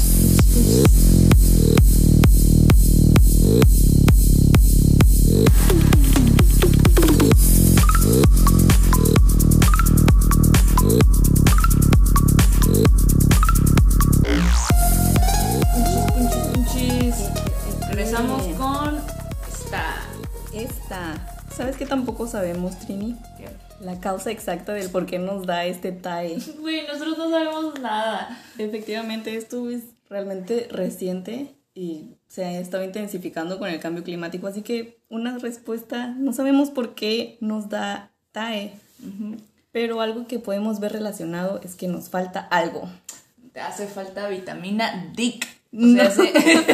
Regresamos con esta. Esta. ¿Sabes qué tampoco sabemos, Trini? ¿Qué? La causa exacta del por qué nos da este T A E. Güey, nosotros no sabemos nada. Efectivamente, esto es realmente reciente y se ha estado intensificando con el cambio climático, así que una respuesta, no sabemos por qué nos da T A E, uh-huh. pero algo que podemos ver relacionado es que nos falta algo. Te hace falta vitamina D. O sea, no. hace...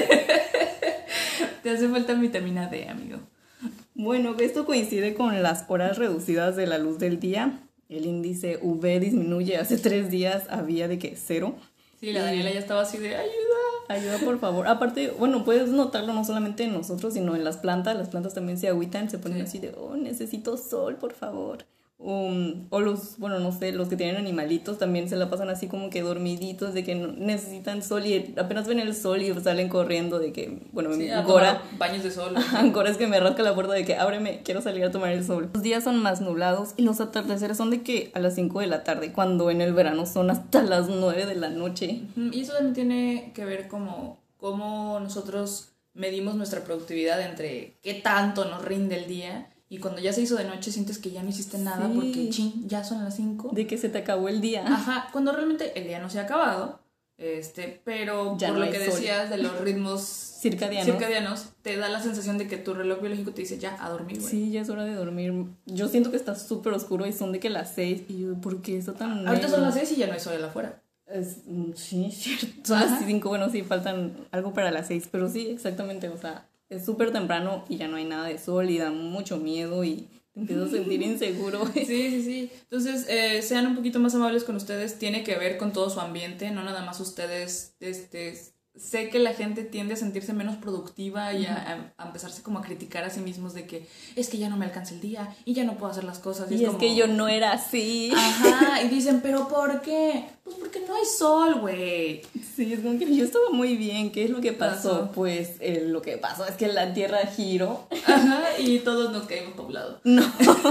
te hace falta vitamina D, amigo. Bueno, esto coincide con las horas reducidas de la luz del día. El índice U V disminuye. Hace tres días había de que cero. Sí, la Daniela ya estaba así de ayuda. Ayuda, por favor. Aparte, bueno, puedes notarlo no solamente en nosotros, sino en las plantas. Las plantas también se agüitan, se ponen sí. así de, oh, necesito sol, por favor. Um, o los, bueno, no sé, los que tienen animalitos también se la pasan así como que dormiditos, de que no, necesitan sol y apenas ven el sol y salen corriendo de que, bueno, sí, Gora, baños de sol. Gora es que me rasca la puerta de que ábreme, quiero salir a tomar el sol. Los días son más nublados y los atardeceres son de que a las cinco de la tarde, cuando en el verano son hasta las nueve de la noche. Y eso también tiene que ver como cómo nosotros medimos nuestra productividad entre qué tanto nos rinde el día. Y cuando ya se hizo de noche sientes que ya no hiciste nada sí. porque chin, ya son las cinco. De que se te acabó el día. Ajá, cuando realmente el día no se ha acabado, este, pero ya por no lo que sol. decías de los ritmos circadianos. circadianos, te da la sensación de que tu reloj biológico te dice ya, a dormir, güey. Sí, ya es hora de dormir. Yo siento que está súper oscuro y son de que las seis y yo, ¿por qué está tan negro? Ahorita son las seis y ya no hay sol afuera. Es, sí, cierto. Son Ajá. las cinco, bueno, sí, faltan algo para las seis, pero sí, exactamente, o sea... Es súper temprano y ya no hay nada de sol y da mucho miedo y te empiezas a sentir inseguro. Sí, sí, sí. Entonces, eh, sean un poquito más amables con ustedes. Tiene que ver con todo su ambiente, no nada más ustedes. Este, sé que la gente tiende a sentirse menos productiva y a, a empezarse como a criticar a sí mismos de que es que ya no me alcanza el día y ya no puedo hacer las cosas. Y, y es, es como, que yo no era así. Ajá, y dicen, ¿pero por qué? Pues porque no hay sol, güey. Sí, es como que yo estaba muy bien. ¿Qué es lo que pasó? pasó? Pues eh, lo que pasó es que la Tierra giró. Ajá, y todos nos caímos poblados. No.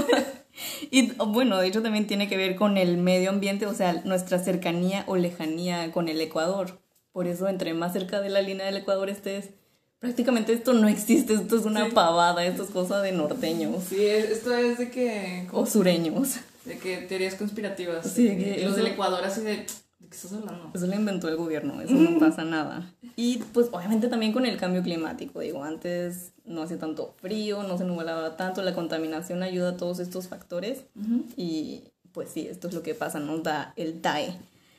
Y bueno, de hecho también tiene que ver con el medio ambiente, o sea, nuestra cercanía o lejanía con el Ecuador. Por eso, entre más cerca de la línea del Ecuador estés, prácticamente esto no existe, esto es una sí. pavada, esto es cosa de norteños. Sí, esto es de que... O sureños. De que teorías conspirativas. Sí, de que los eso, del Ecuador así de... ¿De qué estás hablando? Eso lo inventó el gobierno, eso no pasa nada. Y pues obviamente también con el cambio climático, digo, antes no hacía tanto frío, no se nublaba tanto, la contaminación ayuda a todos estos factores. Uh-huh. Y pues sí, esto es lo que pasa, nos da el T A E.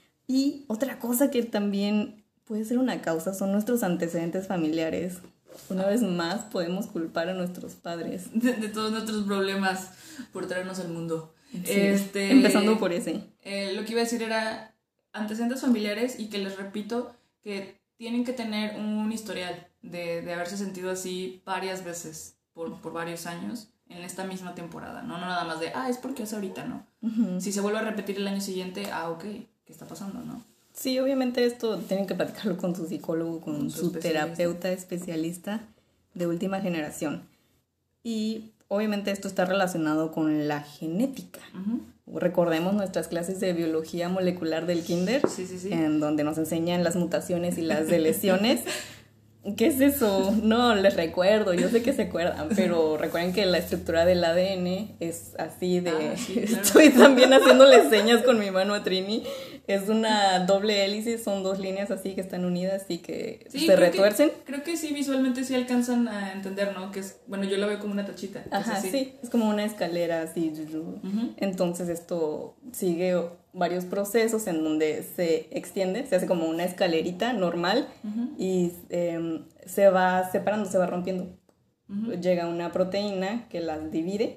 Y otra cosa que también... puede ser una causa, son nuestros antecedentes familiares. Una vez más podemos culpar a nuestros padres de, de todos nuestros problemas por traernos al mundo. Sí, este, empezando por ese. Eh, lo que iba a decir era antecedentes familiares y que les repito que tienen que tener un historial de, de haberse sentido así varias veces por, por varios años en esta misma temporada, ¿no? No nada más de, ah, es porque es ahorita, ¿no? Uh-huh. Si se vuelve a repetir el año siguiente, ah, ok, ¿qué está pasando, no? Sí, obviamente esto tienen que platicarlo con su psicólogo, con, con su, su terapeuta especialista de última generación. Y obviamente esto está relacionado con la genética. Uh-huh. Recordemos nuestras clases de biología molecular del kinder, sí, sí, sí. en donde nos enseñan las mutaciones y las deleciones. ¿Qué es eso? No, les recuerdo, yo sé que se acuerdan, pero recuerden que la estructura del A D N es así de... Ah, sí, claro. Estoy también haciéndole señas con mi mano a Trini. Es una doble hélice, son dos líneas así que están unidas y que sí, se creo retuercen. Que, creo que sí, visualmente sí alcanzan a entender, ¿no? Que es, bueno, yo lo veo como una tachita. Ajá, sí. sí, es como una escalera así. Uh-huh. Entonces esto sigue varios procesos en donde se extiende, se hace como una escalerita normal uh-huh. y eh, se va separando, se va rompiendo. Uh-huh. Llega una proteína que las divide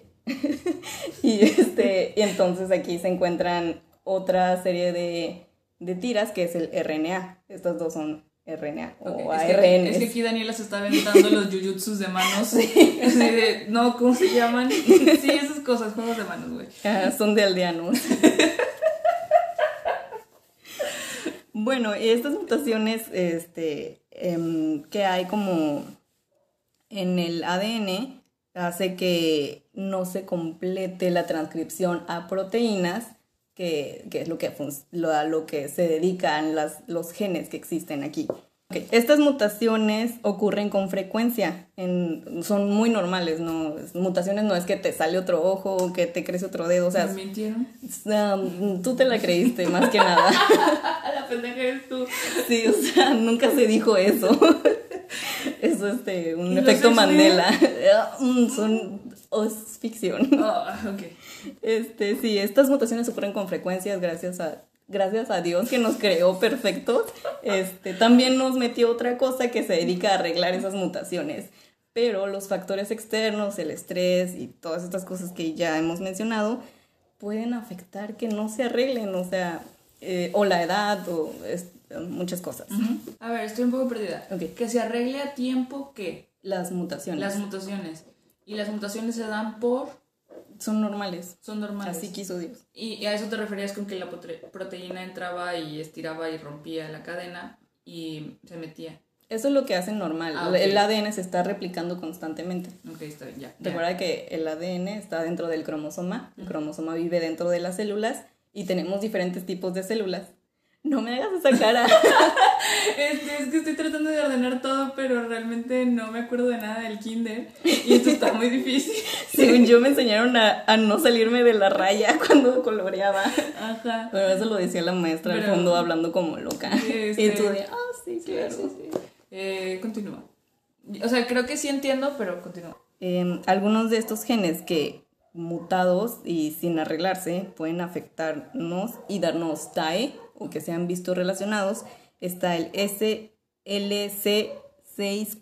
y, este, y entonces aquí se encuentran otra serie de, de tiras que es el R N A. Estas dos son R N A okay, o es A R N. Que, es que aquí Daniela se está aventando los jujutsus de manos. Sí. Así de, no, ¿cómo se llaman? Sí, esas cosas, juegos de manos, güey. Ah, son de aldeanos. Bueno, y estas mutaciones este, eh, que hay como en el A D N hace que no se complete la transcripción a proteínas, que, que es lo que, lo, a lo que se dedican las, los genes que existen aquí. Okay. Estas mutaciones ocurren con frecuencia, en, son muy normales, ¿no? Mutaciones no es que te sale otro ojo o que te crece otro dedo, o sea... ¿Me mintieron? Um, tú te la creíste, más que nada. La pendeja eres tú. Sí, o sea, nunca se dijo eso. Es este, un ¿Y efecto los Mandela. Mm, Son oh, es ficción. Oh, ok. Este, sí, estas mutaciones ocurren con frecuencias gracias a, gracias a Dios que nos creó perfectos. Este, también nos metió otra cosa que se dedica a arreglar esas mutaciones. Pero los factores externos, el estrés y todas estas cosas que ya hemos mencionado, pueden afectar que no se arreglen, o sea, eh, o la edad, o es, muchas cosas. Uh-huh. A ver, estoy un poco perdida. Okay. Que se arregle a tiempo, ¿qué? Las mutaciones. Las mutaciones. Y las mutaciones se dan por... Son normales. Son normales. Así quiso Dios. Y a eso te referías con que la proteína entraba y estiraba y rompía la cadena y se metía. Eso es lo que hacen normal. Ah, okay. El A D N se está replicando constantemente. Ok, está bien, ya. Recuerda ya. que el A D N está dentro del cromosoma. El cromosoma vive dentro de las células y tenemos diferentes tipos de células. No me hagas esa cara. este, es que estoy tratando de ordenar todo, pero realmente no me acuerdo de nada del kinder. Y esto está muy difícil. Según yo me enseñaron a, a no salirme de la raya cuando coloreaba. Ajá. Pero eso lo decía la maestra pero, al fondo hablando como loca. Este, y tú de, ah, oh, sí, claro. Sí, sí, sí. Eh, continúa. O sea, creo que sí entiendo, pero continúa. Eh, algunos de estos genes que mutados y sin arreglarse pueden afectarnos y darnos T A E o que se han visto relacionados. Está el S L C seis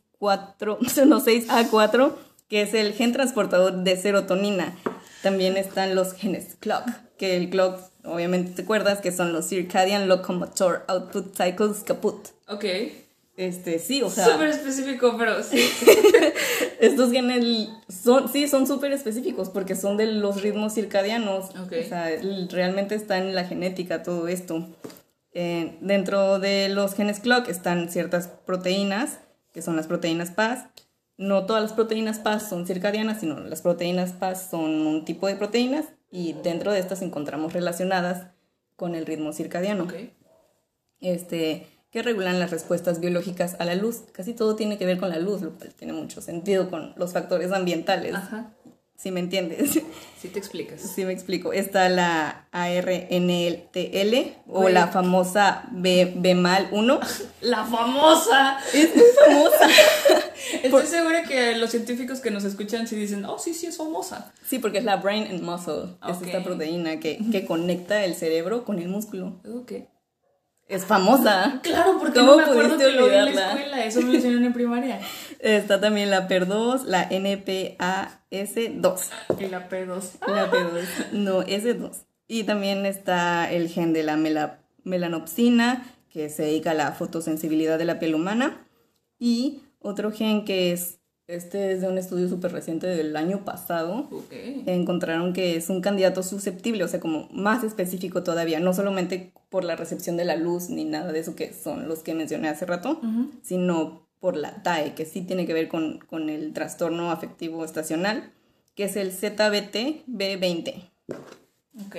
A cuatro, que es el gen transportador de serotonina. También están los genes clock, que el clock, obviamente te acuerdas, que son los Circadian Locomotor Output Cycles caput. Ok. Este, sí, o sea... Súper específico, pero sí. Estos genes son, sí, son súper específicos porque son de los ritmos circadianos. Okay. O sea, realmente está en la genética todo esto. Eh, dentro de los genes clock están ciertas proteínas, que son las proteínas P A S. No todas las proteínas P A S son circadianas, sino las proteínas P A S son un tipo de proteínas y dentro de estas encontramos relacionadas con el ritmo circadiano. Okay. Este... que regulan las respuestas biológicas a la luz. Casi todo tiene que ver con la luz, lo cual tiene mucho sentido con los factores ambientales. Ajá. ¿Sí me entiendes? Sí te explicas. Sí me explico. Está la A R N T L o la famosa B M A L uno. ¡La famosa! Es muy famosa. Estoy Por... segura que los científicos que nos escuchan sí dicen, oh, sí, sí, es famosa. Sí, porque es la brain and muscle. Okay. Es esta proteína que, que conecta el cerebro con el músculo. Ok. Es famosa. Claro, porque no me acuerdo que lo vi en la escuela. Eso me lo enseñaron en primaria. Está también la P E R dos, la N P A S dos. Y la P dos. La P dos. No, S dos. Y también está el gen de la mela, melanopsina, que se dedica a la fotosensibilidad de la piel humana. Y otro gen que es, este es de un estudio súper reciente del año pasado. Okay. Encontraron que es un candidato susceptible, o sea, como más específico todavía, no solamente por la recepción de la luz ni nada de eso que son los que mencioné hace rato, uh-huh. sino por la T A E, que sí tiene que ver con, con el trastorno afectivo estacional, que es el Z B T B veinte. Ok.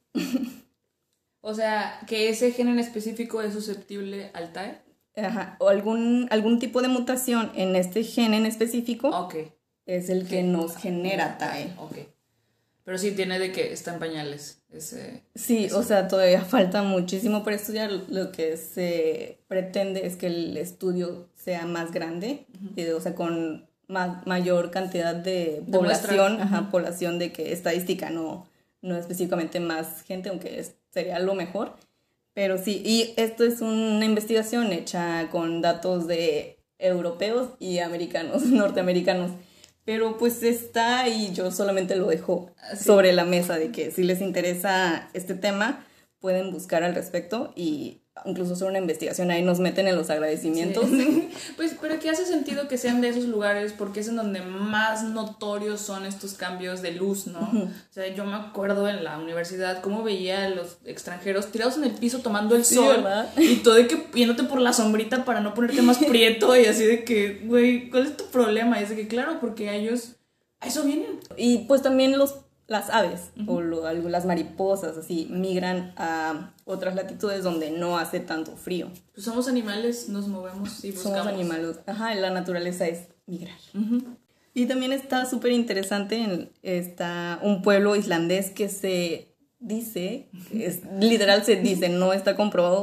O sea, que ese gen en específico es susceptible al T A E. Ajá, o algún, algún tipo de mutación en este gen en específico okay. es el que nos genera T A E. Ok. Pero sí tiene de que está en pañales. Ese, sí, eso. O sea, todavía falta muchísimo para estudiar. Lo que se pretende es que el estudio sea más grande, uh-huh. eh, o sea, con ma- mayor cantidad de, de población, uh-huh. ajá, población de que estadística, no, no específicamente más gente, aunque es, sería lo mejor. Pero sí, y esto es una investigación hecha con datos de europeos y americanos, norteamericanos. Pero pues está y yo solamente lo dejo sí. sobre la mesa de que si les interesa este tema pueden buscar al respecto y incluso hacer una investigación, ahí nos meten en los agradecimientos. Sí. Pues, pero que hace sentido que sean de esos lugares porque es en donde más notorios son estos cambios de luz, ¿no? Uh-huh. O sea, yo me acuerdo en la universidad cómo veía a los extranjeros tirados en el piso tomando el sí, sol, ¿verdad? Y todo de que yéndote por la sombrita para no ponerte más prieto y así de que, güey, ¿cuál es tu problema? Y es de que, claro, porque a ellos, a eso vienen. Y pues también los las aves uh-huh. o lo, las mariposas así migran a otras latitudes donde no hace tanto frío. Pues somos animales, nos movemos y buscamos. Somos animales, ajá, la naturaleza es migrar. Uh-huh. Y también está súper interesante, está un pueblo islandés que se dice, es, literal se dice, no está comprobado,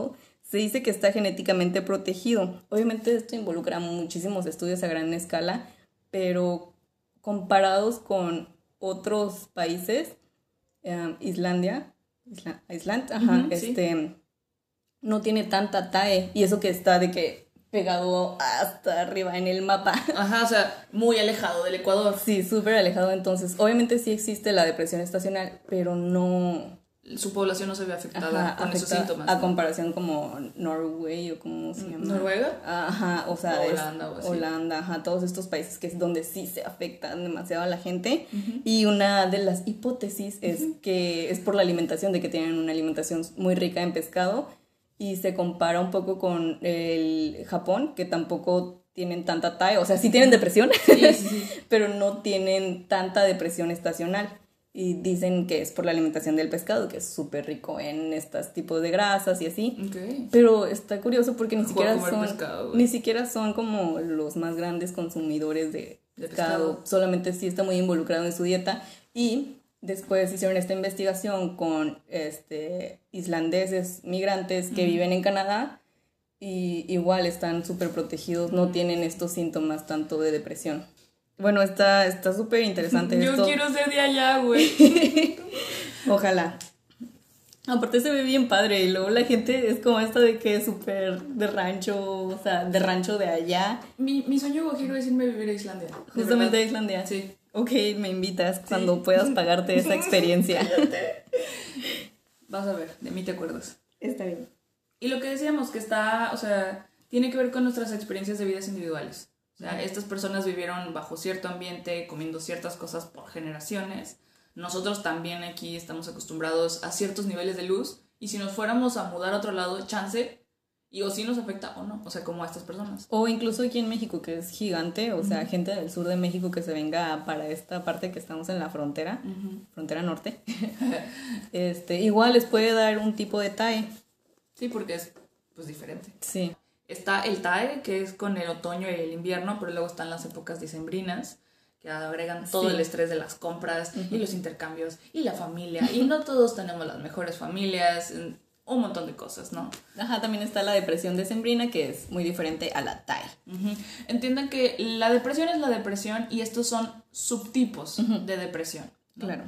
se dice que está genéticamente protegido. Obviamente esto involucra muchísimos estudios a gran escala, pero comparados con otros países, eh, Islandia, Isla, Island, ajá, Ujú, sí. este, no tiene tanta T A E, y eso que está de que pegado hasta arriba en el mapa. Ajá, o sea, muy alejado del Ecuador. Sí, súper alejado. Entonces, obviamente sí existe la depresión estacional, pero no... Su población no se ve afectada Ajá, con esos afecta síntomas. a ¿no? comparación como Norway o como se llama. ¿Noruega? Ajá, o sea, O es- Holanda o así. Holanda, ajá, todos estos países que es donde sí se afectan demasiado a la gente. Uh-huh. Y una de las hipótesis es uh-huh. que es por la alimentación, de que tienen una alimentación muy rica en pescado, y se compara un poco con el Japón, que tampoco tienen tanta T A E, o sea, sí tienen depresión, sí, sí, sí. pero no tienen tanta depresión estacional. Y dicen que es por la alimentación del pescado, que es súper rico en estos tipos de grasas y así. Okay. Pero está curioso porque ni siquiera son pescado, ni siquiera son como los más grandes consumidores de, de pescado. pescado. Solamente sí está muy involucrado en su dieta. Y después hicieron esta investigación con este, islandeses migrantes que mm. viven en Canadá. Y igual están súper protegidos, no tienen estos síntomas tanto de depresión. Bueno, está está súper interesante Yo esto. quiero ser de allá, güey. Ojalá. Aparte se ve bien padre, y luego la gente es como esta de que es súper de rancho, o sea, de rancho de allá. Mi, mi sueño guajiro es irme a vivir a Islandia. Justamente a Islandia. Sí. Ok, me invitas sí. cuando puedas pagarte esa experiencia. Vas a ver, de mí te acuerdas. Está bien. Y lo que decíamos, que está, o sea, tiene que ver con nuestras experiencias de vidas individuales. O sea, estas personas vivieron bajo cierto ambiente, comiendo ciertas cosas por generaciones. Nosotros también aquí estamos acostumbrados a ciertos niveles de luz. Y si nos fuéramos a mudar a otro lado, chance, y o si nos afecta o no. O sea, como a estas personas. O incluso aquí en México, que es gigante. O sea, uh-huh. gente del sur de México que se venga para esta parte que estamos en la frontera. Uh-huh. Frontera norte. este, igual les puede dar un tipo de T A E. Sí, porque es pues diferente. Sí. Está el T A E, que es con el otoño y el invierno, pero luego están las épocas dicembrinas, que agregan todo sí. el estrés de las compras uh-huh. y los intercambios y la familia. Y no todos tenemos las mejores familias, un montón de cosas, ¿no? Ajá, también está la depresión decembrina, que es muy diferente a la T A E. Uh-huh. Entiendan que la depresión es la depresión y estos son subtipos uh-huh. de depresión, ¿no? Claro.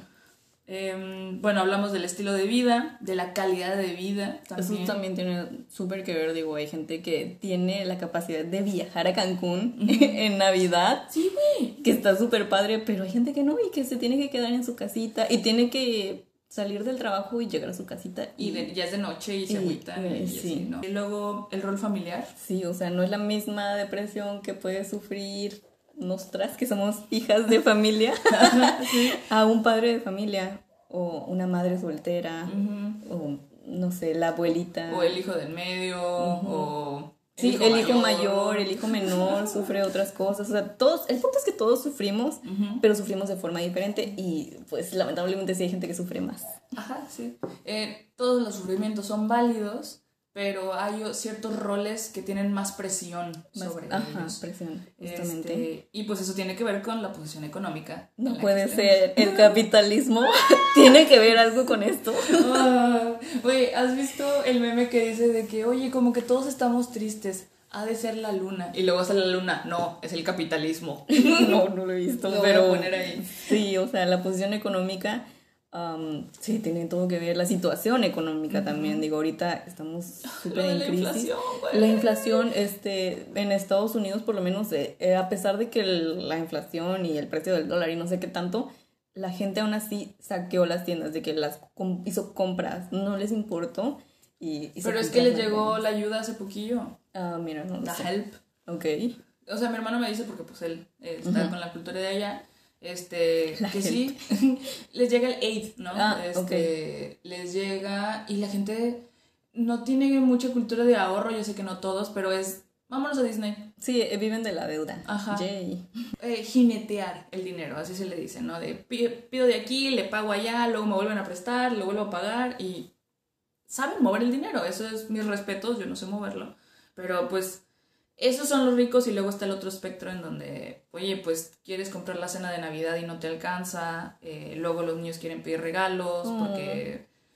Eh, bueno, hablamos del estilo de vida, de la calidad de vida también. Eso también tiene súper que ver, digo, hay gente que tiene la capacidad de viajar a Cancún uh-huh. en Navidad. Sí, güey. Que está súper padre, pero hay gente que no y que se tiene que quedar en su casita y tiene que salir del trabajo y llegar a su casita. Y, y de, ya es de noche y se agüitan. Y, y, sí. así, ¿no? Y luego el rol familiar. Sí, o sea, no es la misma depresión que puede sufrir nosotras, que somos hijas de familia, sí. a un padre de familia o una madre soltera uh-huh. o no sé, la abuelita o el hijo del medio uh-huh. o el sí, hijo el hijo mayor. mayor, el hijo menor sufre otras cosas, o sea, todos, el punto es que todos sufrimos, uh-huh. pero sufrimos de forma diferente y pues lamentablemente sí hay gente que sufre más. Ajá, sí. Eh, todos los sufrimientos son válidos, pero hay ciertos roles que tienen más presión más, sobre ajá, ellos. presión, justamente. Este, y pues eso tiene que ver con la posición económica. No puede ser, el capitalismo tiene que ver algo con esto. Uh, oye, ¿has visto el meme que dice de que, oye, como que todos estamos tristes? Ha de ser la luna. Y luego sale la luna. No, es el capitalismo. No, no lo he visto, lo pero voy a poner ahí. Sí, o sea, la posición económica... Um, sí, tiene todo que ver la situación económica uh-huh. también. Digo, ahorita estamos súper en la crisis. Inflación, la inflación, este, en Estados Unidos, por lo menos, eh, eh, a pesar de que el, la inflación y el precio del dólar y no sé qué tanto, la gente aún así saqueó las tiendas, de que las com- hizo compras, no les importó. Y, y Pero es que les llegó la ayuda hace poquillo. Ah, uh, mira, no lo La sé. help. Ok. O sea, mi hermano me dice, porque pues él eh, está uh-huh. con la cultura de allá. Este, la que help. sí, les llega el aid, ¿no? Ah, este, okay. Les llega y la gente no tiene mucha cultura de ahorro, yo sé que no todos, pero es, vámonos a Disney. Sí, viven de la deuda. Ajá. Yay. Eh, jinetear el dinero, así se le dice, ¿no? De pido de aquí, le pago allá, luego me vuelven a prestar, lo vuelvo a pagar y saben mover el dinero, eso es mis respetos, yo no sé moverlo, pero pues... Esos son los ricos y luego está el otro espectro en donde, oye, pues quieres comprar la cena de Navidad y no te alcanza, eh, luego los niños quieren pedir regalos mm. porque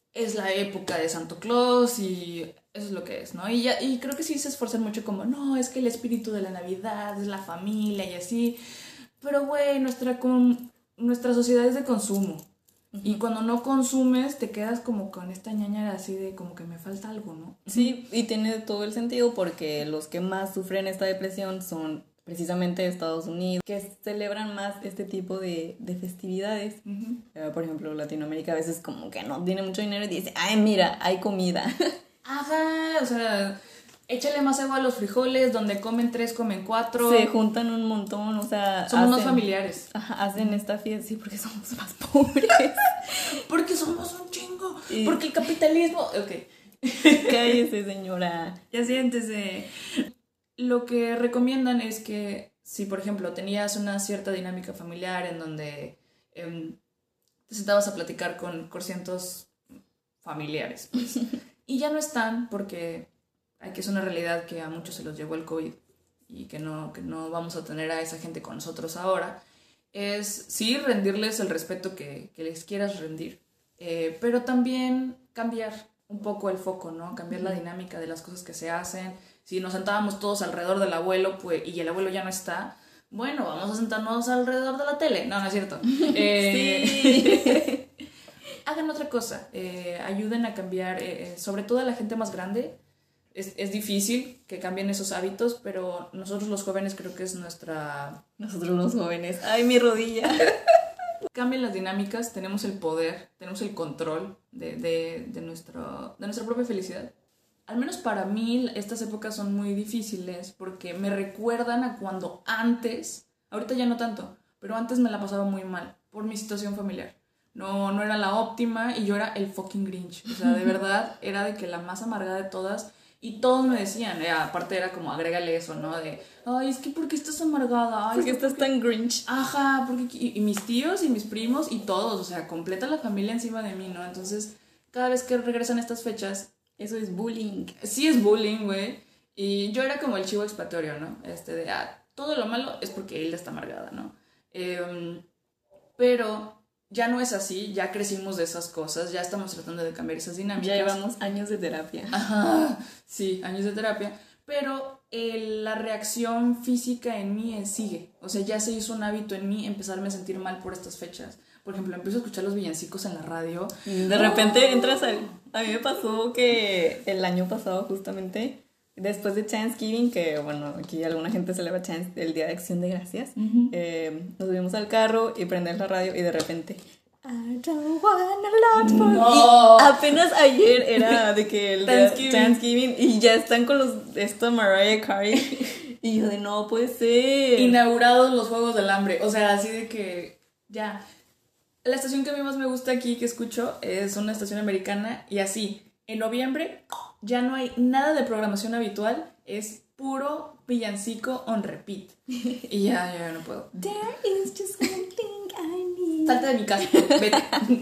es la época de Santo Claus y eso es lo que es, ¿no? Y, ya, y creo que sí se esfuerzan mucho como, no, es que el espíritu de la Navidad es la familia y así. Pero, güey, nuestra, con, nuestra sociedad es de consumo. Uh-huh. Y cuando no consumes, te quedas como con esta ñañara así de como que me falta algo, ¿no? Sí, y tiene todo el sentido porque los que más sufren esta depresión son precisamente Estados Unidos, que celebran más este tipo de, de festividades. Uh-huh. Uh, por ejemplo, Latinoamérica a veces como que no tiene mucho dinero y dice, ay, mira, hay comida. Ajá, o sea, échale más agua a los frijoles, donde comen tres, comen cuatro. Se juntan un montón, o sea... Somos más familiares. Ajá, hacen esta fiesta, sí, porque somos más pobres. Porque somos un chingo, y... porque el capitalismo... Ok. Cállese, señora. Ya siéntese. Lo que recomiendan es que si, por ejemplo, tenías una cierta dinámica familiar en donde eh, te sentabas a platicar con, con cientos familiares, pues, y ya no están porque hay que es una realidad que a muchos se los llevó el COVID y que no, que no vamos a tener a esa gente con nosotros ahora, es sí rendirles el respeto que, que les quieras rendir, eh, pero también cambiar un poco el foco, ¿no? Cambiar la dinámica de las cosas que se hacen. Si nos sentábamos todos alrededor del abuelo pues, y el abuelo ya no está, bueno, vamos a sentarnos alrededor de la tele. No, no es cierto. Eh, sí. Hagan otra cosa. Eh, ayuden a cambiar, eh, sobre todo a la gente más grande. Es, es difícil que cambien esos hábitos, pero nosotros los jóvenes creo que es nuestra... Nosotros los jóvenes. ¡Ay, mi rodilla! Cambien las dinámicas, tenemos el poder, tenemos el control de, de, de, nuestro, de nuestra propia felicidad. Al menos para mí estas épocas son muy difíciles porque me recuerdan a cuando antes, ahorita ya no tanto, pero antes me la pasaba muy mal por mi situación familiar. No, no era la óptima y yo era el fucking Grinch. O sea, de verdad era de que la más amargada de todas y todos me decían, eh, aparte era como agrégale eso, ¿no? De, ay, es que ¿por qué estás amargada? Ay, ¿por qué estás porque... tan Grinch? Ajá, porque y, y mis tíos y mis primos y todos, o sea, completa la familia encima de mí, ¿no? Entonces, cada vez que regresan estas fechas, eso es bullying. Sí es bullying, güey. Y yo era como el chivo expiatorio, ¿no? Este de, ah, todo lo malo es porque Hilda está amargada, ¿no? Eh, pero ya no es así, ya crecimos de esas cosas, ya estamos tratando de cambiar esas dinámicas. Ya llevamos años de terapia. Ajá, sí, años de terapia. Pero eh, la reacción física en mí sigue. O sea, ya se hizo un hábito en mí empezarme a sentir mal por estas fechas. Por ejemplo, empiezo a escuchar los villancicos en la radio. De repente ¡oh! Entras al... A mí me pasó que el año pasado justamente, después de Thanksgiving, que bueno, aquí alguna gente celebra el Día de Acción de Gracias, uh-huh. eh, nos subimos al carro y prendemos la radio y de repente... I don't want a lot for no. Y apenas ayer era de que el Thanksgiving. Thanksgiving y ya están con los esta Mariah Carey y yo de no puede ser. Inaugurados los Juegos del Hambre, o sea, así de que ya... La estación que a mí más me gusta aquí que escucho es una estación americana y así, en noviembre ya no hay nada de programación habitual, es puro villancico on repeat. Y ya, ya no puedo. There is just one thing I need. Salte de mi casa, vete.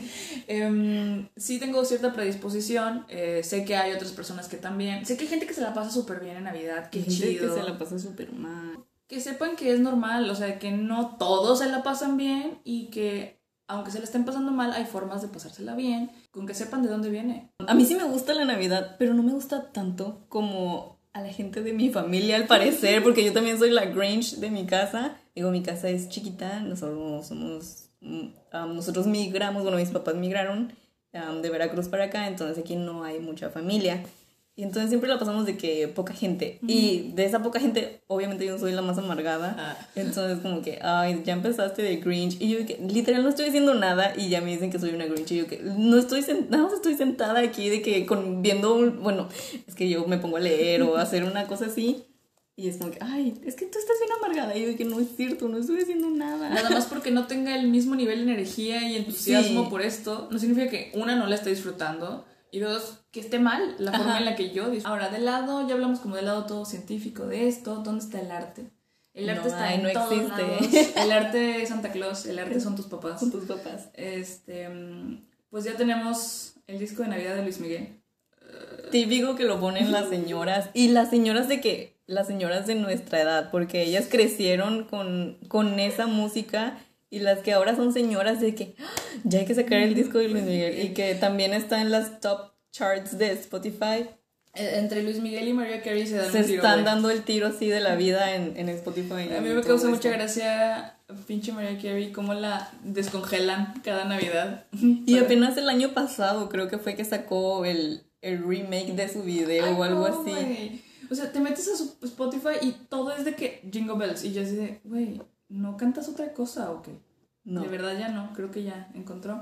um, sí tengo cierta predisposición, eh, sé que hay otras personas que también, sé que hay gente que se la pasa súper bien en Navidad, qué chido. Que se la pasa súper mal. Que sepan que es normal, o sea, que no todos se la pasan bien y que... Aunque se la estén pasando mal, hay formas de pasársela bien, con que sepan de dónde viene. A mí sí me gusta la Navidad, pero no me gusta tanto como a la gente de mi familia, al parecer, porque yo también soy la Grinch de mi casa. Digo, mi casa es chiquita, nosotros somos... Um, nosotros migramos, bueno, mis papás migraron um, de Veracruz para acá, entonces aquí no hay mucha familia. Y entonces siempre la pasamos de que poca gente. Uh-huh. Y de esa poca gente, obviamente yo soy la más amargada. Ah. Entonces como que, ay, ya empezaste de Grinch. Y yo que literal no estoy diciendo nada y ya me dicen que soy una Grinch. Y yo que no estoy sentada, estoy sentada aquí de que con, viendo, un, bueno, es que yo me pongo a leer o a hacer una cosa así. Y es como que, ay, es que tú estás bien amargada. Y yo de que no es cierto, no estoy haciendo nada. Nada más porque no tenga el mismo nivel de energía y entusiasmo sí. por esto, no significa que una no la esté disfrutando. Y dos, que esté mal la forma Ajá. en la que yo disfruto. Ahora, del lado, ya hablamos como del lado todo científico de esto, ¿dónde está el arte? El arte no, está ay, en no todos existe. Lados. El arte es Santa Claus, el arte son tus papás. Son tus papás. Este, pues ya tenemos el disco de Navidad de Luis Miguel. Típico que lo ponen las señoras. Y las señoras de que, las señoras de nuestra edad, porque ellas crecieron con, con esa música y las que ahora son señoras de que ¡ah! Ya hay que sacar el disco de Luis Miguel y que también está en las top charts de Spotify. Entre Luis Miguel y Mariah Carey se dan Se un tiro, están güey. dando el tiro así de la vida en, en Spotify. A mí me causa mucha gracia pinche Mariah Carey cómo la descongelan cada Navidad. Y apenas el año pasado creo que fue que sacó el, el remake de su video. Ay, o algo no, así. Wey. O sea, te metes a su Spotify y todo es de que Jingle Bells. Y yo así de, güey, ¿no cantas otra cosa o qué? No. De verdad ya no, creo que ya encontró.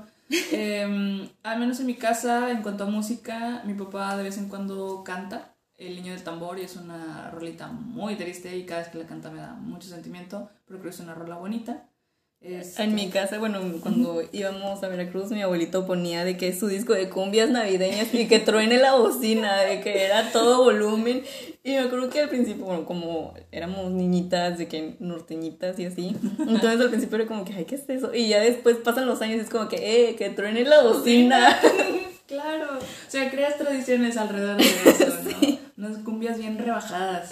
eh, al menos en mi casa, en cuanto a música, mi papá de vez en cuando canta El Niño del Tambor y es una rolita muy triste y cada vez que la canta me da mucho sentimiento, pero creo que es una rola bonita. Este... En mi casa, bueno, cuando íbamos a Veracruz, mi abuelito ponía de que su disco de cumbias navideñas y que truene la bocina, de que era todo volumen. Y me acuerdo que al principio, bueno, como éramos niñitas, de que norteñitas y así, entonces al principio era como que, ay, ¿qué es eso? Y ya después pasan los años y es como que, eh, que truene la bocina. Claro, o sea, creas tradiciones alrededor de eso, ¿no? Sí. Unas cumbias bien rebajadas.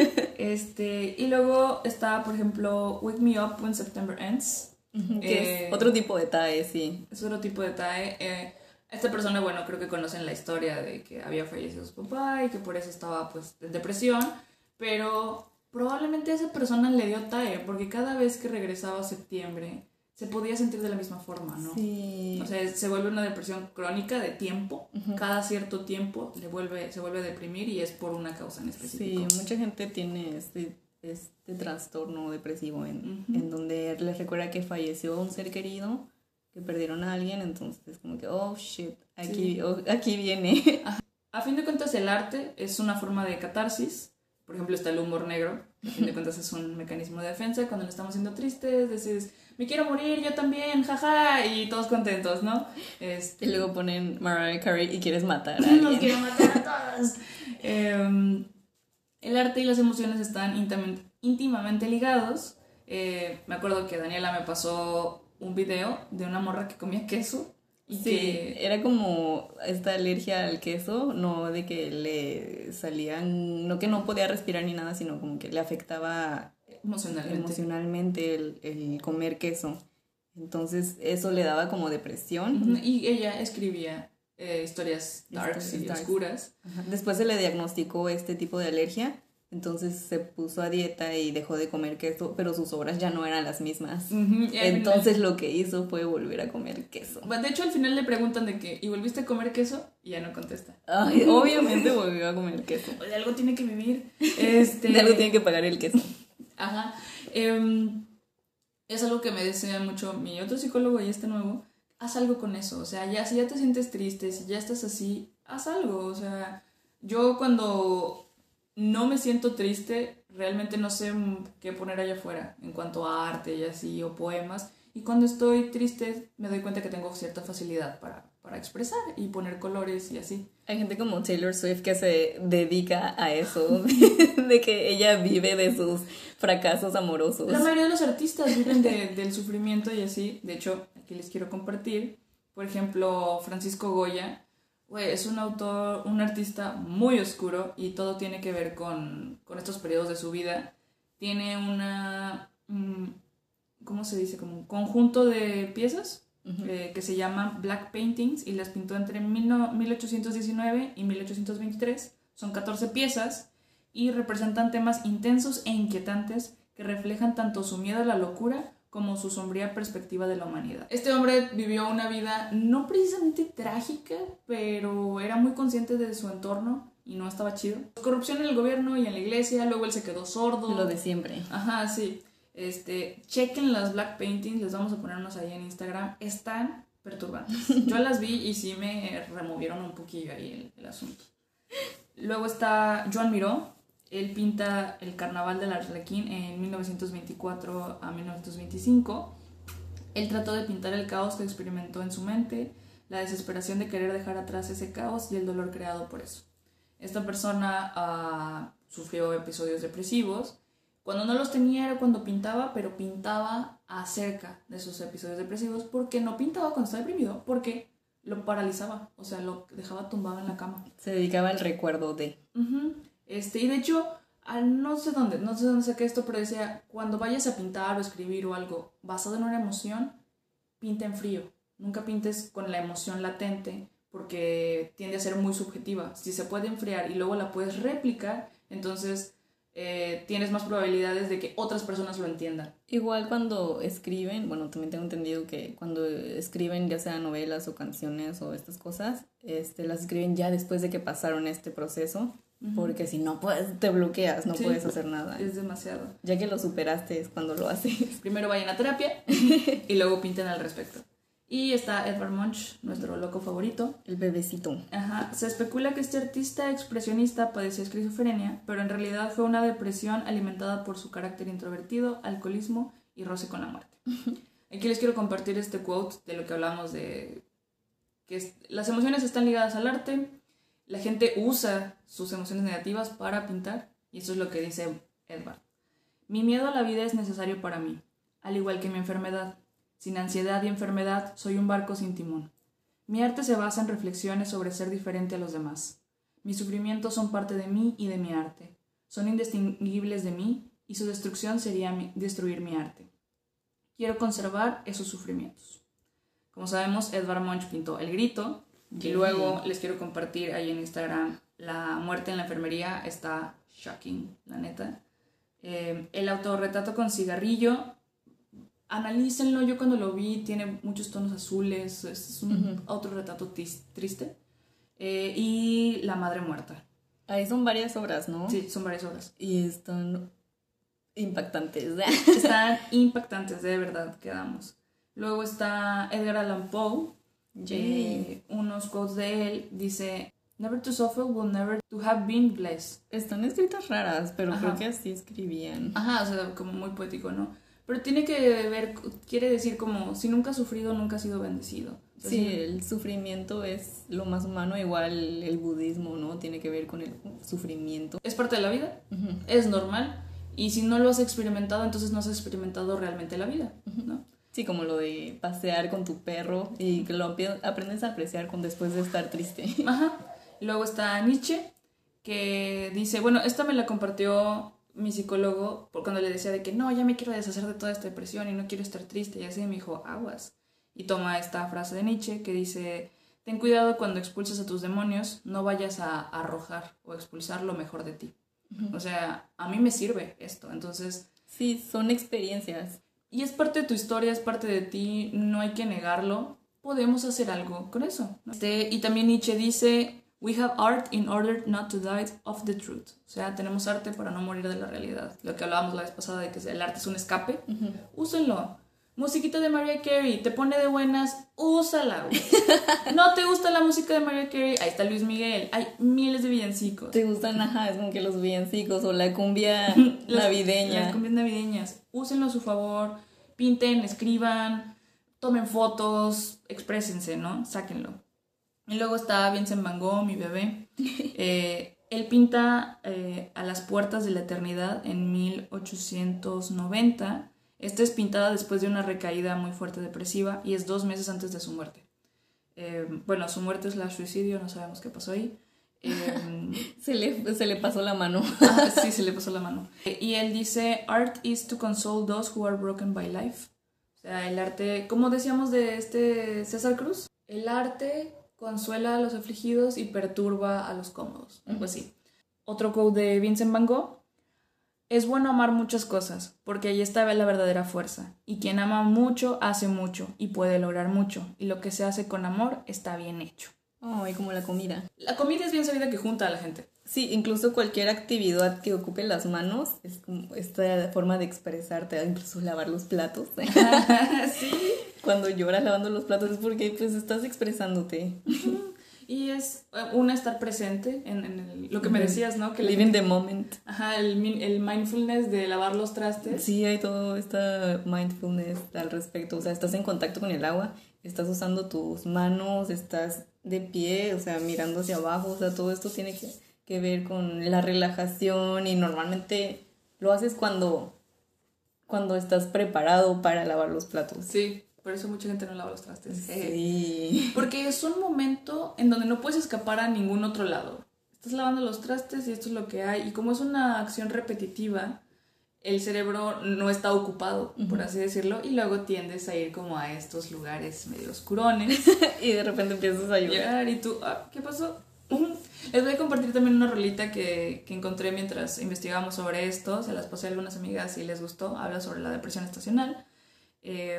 Este, y luego está, por ejemplo, Wake Me Up When September Ends. Uh-huh, que eh, es otro tipo de tae, sí. Es otro tipo de tae. Eh, esta persona, bueno, creo que conocen la historia de que había fallecido su papá y que por eso estaba, pues, en depresión. Pero probablemente a esa persona le dio tae, porque cada vez que regresaba a septiembre se podía sentir de la misma forma, ¿no? Sí. O sea, se vuelve una depresión crónica de tiempo. Uh-huh. Cada cierto tiempo le vuelve, se vuelve a deprimir y es por una causa en específico. Sí, mucha gente tiene este, este trastorno depresivo en, uh-huh. en donde les recuerda que falleció un ser querido, que perdieron a alguien, entonces como que, oh, shit, aquí, sí. oh, aquí viene. Ajá. A fin de cuentas, el arte es una forma de catarsis. Por ejemplo, está el humor negro, que a fin de cuentas es un mecanismo de defensa. Cuando le estamos siendo tristes, decís, me quiero morir, yo también, jaja, y todos contentos, ¿no? Este... Y luego ponen Mariah Carey y quieres matar a alguien. Los quiero matar a todos. eh, el arte y las emociones están íntimamente, íntimamente ligados. Eh, me acuerdo que Daniela me pasó un video de una morra que comía queso. Y sí, que era como esta alergia al queso, no de que le salían, no que no podía respirar ni nada, sino como que le afectaba emocionalmente, emocionalmente el, el comer queso. Entonces eso le daba como depresión. Uh-huh. Y ella escribía eh, historias darks y darks. oscuras. Ajá. Después se le diagnosticó este tipo de alergia. Entonces se puso a dieta y dejó de comer queso, pero sus obras ya no eran las mismas. Uh-huh. Entonces final... lo que hizo fue volver a comer queso. De hecho, al final le preguntan de que, ¿y volviste a comer queso? Y ya no contesta. Ay, obviamente volvió a comer queso. De algo tiene que vivir. Este... De algo tiene que pagar el queso. Ajá. Eh, es algo que me desea mucho mi otro psicólogo y este nuevo. Haz algo con eso. O sea, ya si ya te sientes triste, si ya estás así, haz algo. O sea, yo cuando... no me siento triste, realmente no sé qué poner allá afuera en cuanto a arte y así, o poemas. Y cuando estoy triste me doy cuenta que tengo cierta facilidad para, para expresar y poner colores y así. Hay gente como Taylor Swift que se dedica a eso, de, de que ella vive de sus fracasos amorosos. La mayoría de los artistas viven de, del sufrimiento y así. De hecho, aquí les quiero compartir, por ejemplo, Francisco Goya. Güey, es un autor, un artista muy oscuro y todo tiene que ver con, con estos periodos de su vida. Tiene una, ¿cómo se dice? Como un conjunto de piezas uh-huh. eh, que se llaman Black Paintings y las pintó entre mil ochocientos diecinueve y mil ochocientos veintitrés. Son catorce piezas y representan temas intensos e inquietantes que reflejan tanto su miedo a la locura como su sombría perspectiva de la humanidad. Este hombre vivió una vida no precisamente trágica, pero era muy consciente de su entorno y no estaba chido. Corrupción en el gobierno y en la iglesia, luego él se quedó sordo. Lo de siempre. Ajá, sí. Este, chequen las Black Paintings, les vamos a poner unos ahí en Instagram. Están perturbantes. Yo las vi y sí me removieron un poquillo ahí el, el asunto. Luego está Joan Miró. Él pinta el Carnaval del Arlequín en mil novecientos veinticuatro a mil novecientos veinticinco. Él trató de pintar el caos que experimentó en su mente, la desesperación de querer dejar atrás ese caos y el dolor creado por eso. Esta persona uh, sufrió episodios depresivos. Cuando no los tenía era cuando pintaba, pero pintaba acerca de esos episodios depresivos porque no pintaba cuando estaba deprimido, porque lo paralizaba, o sea, lo dejaba tumbado en la cama. Se dedicaba al recuerdo de... Uh-huh. Este, y de hecho, al, no sé dónde, no sé dónde saqué esto, pero decía, cuando vayas a pintar o escribir o algo basado en una emoción, pinta en frío. Nunca pintes con la emoción latente porque tiende a ser muy subjetiva. Si se puede enfriar y luego la puedes replicar, entonces eh, tienes más probabilidades de que otras personas lo entiendan. Igual cuando escriben, bueno, también tengo entendido que cuando escriben ya sea novelas o canciones o estas cosas, este, las escriben ya después de que pasaron este proceso, uh-huh. porque si no, pues te bloqueas, no sí, puedes hacer nada. Es demasiado. Ya que lo superaste es cuando lo haces. Primero vayan a terapia y luego pinten al respecto. Y está Edvard Munch, nuestro loco favorito. El bebecito. Ajá. Se especula que este artista expresionista padecía esquizofrenia, pero en realidad fue una depresión alimentada por su carácter introvertido, alcoholismo y roce con la muerte. Aquí les quiero compartir este quote de lo que hablamos de que es, las emociones están ligadas al arte, la gente usa sus emociones negativas para pintar, y eso es lo que dice Edvard. Mi miedo a la vida es necesario para mí, al igual que mi enfermedad. Sin ansiedad y enfermedad, soy un barco sin timón. Mi arte se basa en reflexiones sobre ser diferente a los demás. Mis sufrimientos son parte de mí y de mi arte. Son indistinguibles de mí y su destrucción sería mi, destruir mi arte. Quiero conservar esos sufrimientos. Como sabemos, Edvard Munch pintó El Grito, y luego les quiero compartir ahí en Instagram La muerte en la enfermería. Está shocking, la neta. Eh, el autorretrato con cigarrillo, analícenlo. Yo cuando lo vi tiene muchos tonos azules, es un uh-huh. autorretrato tis, triste. Eh, y La madre muerta. Ahí son varias obras, ¿no? Sí, son varias obras. Y están impactantes. Están impactantes, de verdad, quedamos. Luego está Edgar Allan Poe. Eh, unos quotes de él, dice: Never to suffer will never to have been blessed. Están escritas raras, pero Ajá. creo que así escribían. Ajá, o sea, como muy poético, ¿no? Pero tiene que ver, quiere decir como, si nunca has sufrido, nunca has sido bendecido. Entonces, sí, el sufrimiento es lo más humano, igual el budismo, ¿no? Tiene que ver con el sufrimiento. Es parte de la vida, uh-huh. es normal, y si no lo has experimentado, entonces no has experimentado realmente la vida, ¿no? Sí, como lo de pasear con tu perro y que lo aprendes a apreciar con después de estar triste. Ajá. Luego está Nietzsche, que dice, bueno, esta me la compartió mi psicólogo cuando le decía de que no, ya me quiero deshacer de toda esta depresión y no quiero estar triste, y así me dijo, aguas. Y toma esta frase de Nietzsche que dice: ten cuidado cuando expulsas a tus demonios, no vayas a arrojar o expulsar lo mejor de ti. Uh-huh. O sea, a mí me sirve esto, entonces... Sí, son experiencias. Y es parte de tu historia, es parte de ti, no hay que negarlo, podemos hacer algo con eso, ¿no? Este, y también Nietzsche dice: we have art in order not to die of the truth. O sea, tenemos arte para no morir de la realidad. Lo que hablábamos la vez pasada de que el arte es un escape. Uh-huh. Úsenlo. Musiquita de Mariah Carey, te pone de buenas, úsala. ¿No te gusta la música de Mariah Carey? Ahí está Luis Miguel. Hay miles de villancicos. ¿Te gustan? Ajá, es como que los villancicos o la cumbia las, navideña. Las cumbias navideñas. Úsenlo a su favor. Pinten, escriban, tomen fotos, exprésense, ¿no? Sáquenlo. Y luego está Vincent Van Gogh, mi bebé. Eh, él pinta eh, A las puertas de la eternidad en mil ochocientos noventa. Esta es pintada después de una recaída muy fuerte depresiva y es dos meses antes de su muerte. Eh, bueno, su muerte es la suicidio, no sabemos qué pasó ahí. Eh, se, le, se le pasó la mano. Ah, sí, se le pasó la mano. Y él dice: art is to console those who are broken by life. O sea, el arte, como decíamos de este César Cruz, el arte consuela a los afligidos y perturba a los cómodos, algo así. Otro quote de Vincent Van Gogh: es bueno amar muchas cosas, porque ahí está la verdadera fuerza, y quien ama mucho hace mucho y puede lograr mucho, y lo que se hace con amor está bien hecho. Oh, y como la comida. La comida es bien sabida que junta a la gente. Sí, incluso cualquier actividad que ocupe las manos es como esta forma de expresarte, incluso lavar los platos. Sí. Cuando lloras lavando los platos es porque pues estás expresándote. Uh-huh. Y es una estar presente en, en el, lo que me decías, ¿no? Que live in the moment. Ajá, el, el mindfulness de lavar los trastes. Sí, hay todo esta mindfulness al respecto. O sea, estás en contacto con el agua, estás usando tus manos, estás de pie, o sea, mirando hacia abajo. O sea, todo esto tiene que, que ver con la relajación y normalmente lo haces cuando, cuando estás preparado para lavar los platos. Sí. Por eso mucha gente no lava los trastes. Sí. Porque es un momento en donde no puedes escapar a ningún otro lado. estás lavando los trastes y esto es lo que hay. Y como es una acción repetitiva, el cerebro no está ocupado, uh-huh. por así decirlo, y luego tiendes a ir como a estos lugares medio oscurones. Y de repente empiezas a llorar. Y tú, ah, ¿qué pasó? Uh-huh. Les voy a compartir también una rolita que, que encontré mientras investigamos sobre esto. Se las pasé a algunas amigas y les gustó. Habla sobre la depresión estacional. Eh,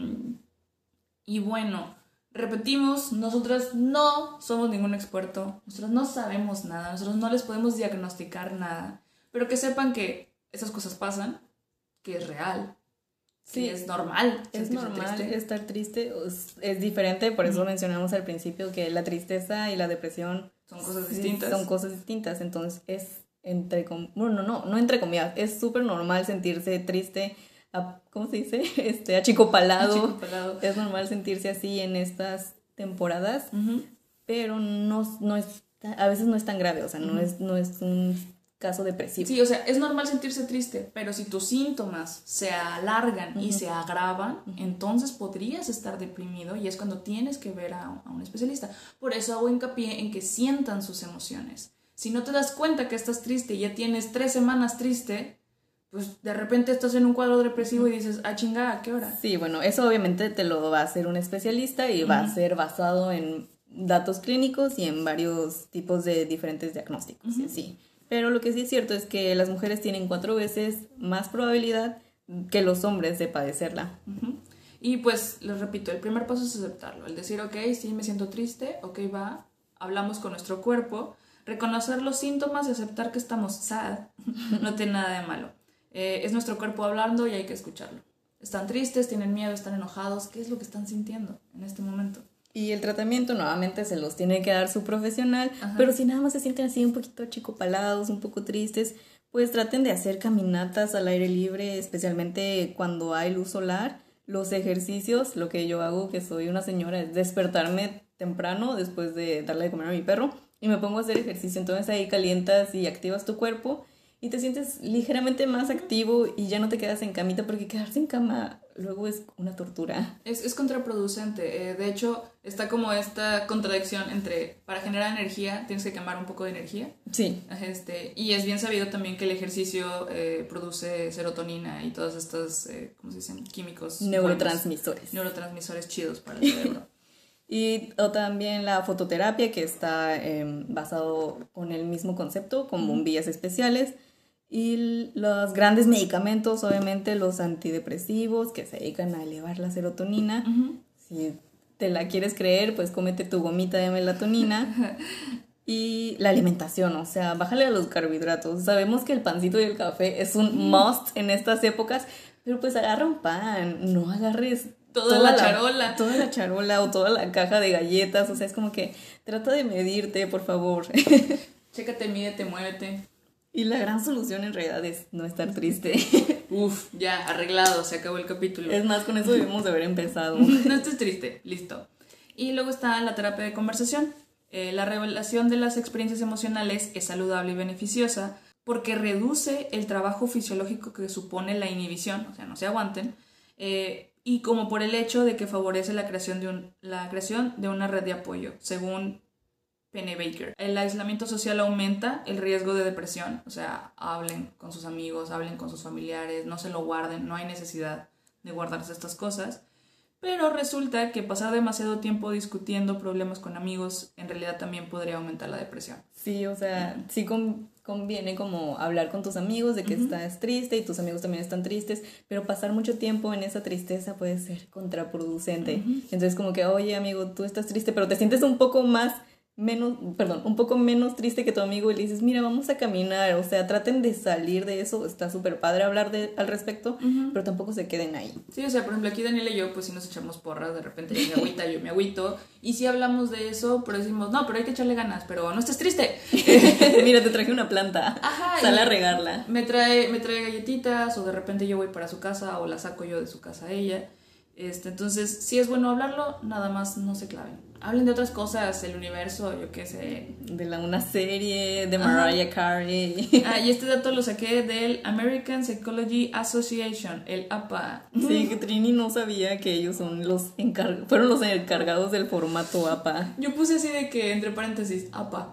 y bueno, repetimos, nosotras no somos ningún experto. Nosotros no sabemos nada. Nosotros no les podemos diagnosticar nada. Pero que sepan que esas cosas pasan, que es real, sí, que es normal. Es normal triste. Estar triste, es, es diferente, por eso uh-huh. mencionamos al principio que la tristeza y la depresión son cosas distintas. Son cosas distintas, entonces es entre, bueno, no, no, no entre comillas, es súper normal sentirse triste, a, ¿cómo se dice? Este, achicopalado. achicopalado. Es normal sentirse así en estas temporadas, uh-huh. pero no, no es, a veces no es tan grave, o sea, uh-huh. no es, no es un caso depresivo. Sí, o sea, es normal sentirse triste, pero si tus síntomas se alargan uh-huh. y se agravan, uh-huh. entonces podrías estar deprimido y es cuando tienes que ver a, a un especialista. Por eso hago hincapié en que sientan sus emociones. Si no te das cuenta que estás triste y ya tienes tres semanas triste, pues de repente estás en un cuadro depresivo y dices, ah, chingada, ¿a qué hora? Sí, bueno, eso obviamente te lo va a hacer un especialista y uh-huh. va a ser basado en datos clínicos y en varios tipos de diferentes diagnósticos, uh-huh. sí. Pero lo que sí es cierto es que las mujeres tienen cuatro veces más probabilidad que los hombres de padecerla. Uh-huh. Y pues, les repito, el primer paso es aceptarlo. El decir, ok, sí, me siento triste, ok, va, hablamos con nuestro cuerpo, reconocer los síntomas y aceptar que estamos sad, no tiene nada de malo. Eh, es nuestro cuerpo hablando y hay que escucharlo. Están tristes, tienen miedo, están enojados, ¿qué es lo que están sintiendo en este momento? Y el tratamiento nuevamente se los tiene que dar su profesional, ajá. pero si nada más se sienten así un poquito achicopalados, un poco tristes, pues traten de hacer caminatas al aire libre, especialmente cuando hay luz solar. Los ejercicios, lo que yo hago, que soy una señora, es despertarme temprano después de darle de comer a mi perro y me pongo a hacer ejercicio. Entonces ahí calientas y activas tu cuerpo y te sientes ligeramente más activo y ya no te quedas en camita, porque quedarse en cama luego es una tortura. Es, es contraproducente. Eh, de hecho, está como esta contradicción entre, para generar energía, tienes que quemar un poco de energía. Sí. Este, y es bien sabido también que el ejercicio eh, produce serotonina y todos estos, eh, ¿cómo se dicen? Químicos. Neurotransmisores. Buenos, neurotransmisores chidos para el cerebro. Y o también la fototerapia, que está eh, basado con el mismo concepto, con bombillas especiales. Y los grandes medicamentos, obviamente los antidepresivos, que se dedican a elevar la serotonina. Uh-huh. Si te la quieres creer, pues cómete tu gomita de melatonina. Y la alimentación, o sea, bájale a los carbohidratos. Sabemos que el pancito y el café es un must en estas épocas, pero pues agarra un pan, no agarres toda, toda la charola. La, toda la charola o toda la caja de galletas. O sea, es como que trata de medirte, por favor. Chécate, mídete, muévete. Y la gran solución en realidad es no estar triste. Uf, ya, arreglado, se acabó el capítulo. Es más, con eso debemos de haber empezado. No estés triste, listo. Y luego está la terapia de conversación. Eh, la revelación de las experiencias emocionales es saludable y beneficiosa porque reduce el trabajo fisiológico que supone la inhibición, o sea, no se aguanten, eh, y como por el hecho de que favorece la creación de, un, la creación de una red de apoyo, según Penny Baker. El aislamiento social aumenta el riesgo de depresión, o sea, hablen con sus amigos, hablen con sus familiares, no se lo guarden, no hay necesidad de guardarse estas cosas, pero resulta que pasar demasiado tiempo discutiendo problemas con amigos en realidad también podría aumentar la depresión. Sí, o sea, uh-huh. sí con, conviene como hablar con tus amigos de que uh-huh. estás triste y tus amigos también están tristes, pero pasar mucho tiempo en esa tristeza puede ser contraproducente. Uh-huh. Entonces como que, oye amigo, tú estás triste, pero te sientes un poco más menos, perdón, un poco menos triste que tu amigo y le dices, mira, vamos a caminar, o sea, traten de salir de eso, está súper padre hablar de, al respecto, uh-huh. pero tampoco se queden ahí. Sí, o sea, por ejemplo, aquí Daniela y yo, pues sí nos echamos porras, de repente ella me agüita, yo me agüito, y sí hablamos de eso, pero decimos, no, pero hay que echarle ganas, pero no estés triste. Mira, te traje una planta, ajá, sal a regarla. Me trae, me trae galletitas, o de repente yo voy para su casa, o la saco yo de su casa a ella. Este, entonces, sí es bueno hablarlo, nada más no se claven. Hablen de otras cosas, el universo, yo qué sé. De la, una serie de Mariah Carey. Ah, y este dato lo saqué del American Psychology Association, el A P A. Sí, que Trini no sabía que ellos son los encar- fueron los encargados del formato A P A. Yo puse así de que, entre paréntesis, A P A.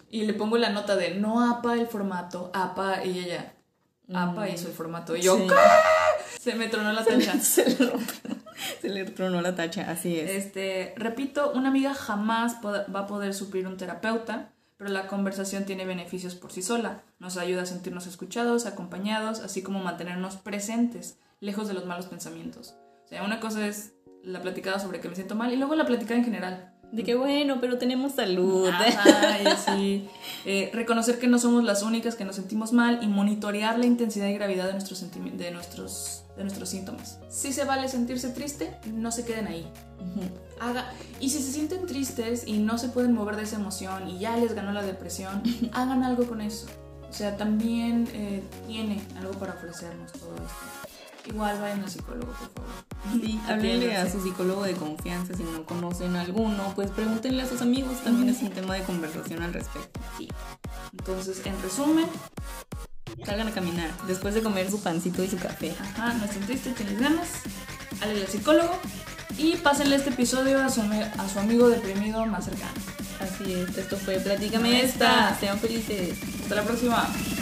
Y le pongo la nota de no apa el formato, apa, y ella, apa hizo el formato. Y yo, sí. Se me tronó la tacha. Se, se, le, se le tronó la tacha, así es. Este, repito, una amiga jamás pod- va a poder suplir un terapeuta, pero la conversación tiene beneficios por sí sola. Nos ayuda a sentirnos escuchados, acompañados, así como mantenernos presentes, lejos de los malos pensamientos. O sea, una cosa es la platicada sobre que me siento mal y luego la platicada en general. De que bueno, pero tenemos salud. Ajá, y así. Eh, reconocer que no somos las únicas que nos sentimos mal y monitorear la intensidad y gravedad de nuestros, sentimi- de nuestros, de nuestros síntomas. Si se vale sentirse triste, no se queden ahí. Uh-huh. Haga, y si se sienten tristes y no se pueden mover de esa emoción y ya les ganó la depresión, hagan algo con eso. O sea, también eh, tiene algo para ofrecernos todo esto. Igual vayan al psicólogo, por favor. Sí, háblenle a su psicólogo de confianza. Si no conocen alguno, pues pregúntenle a sus amigos. También uh-huh. es un tema de conversación al respecto. Sí. Entonces, en resumen, salgan a caminar después de comer su pancito y su café. Ajá, no estén tristes, tienes ganas. Háblenle al psicólogo y pásenle este episodio a su, a su amigo deprimido más cercano. Así es, esto fue Platícame Esta. Sean felices. Hasta la próxima.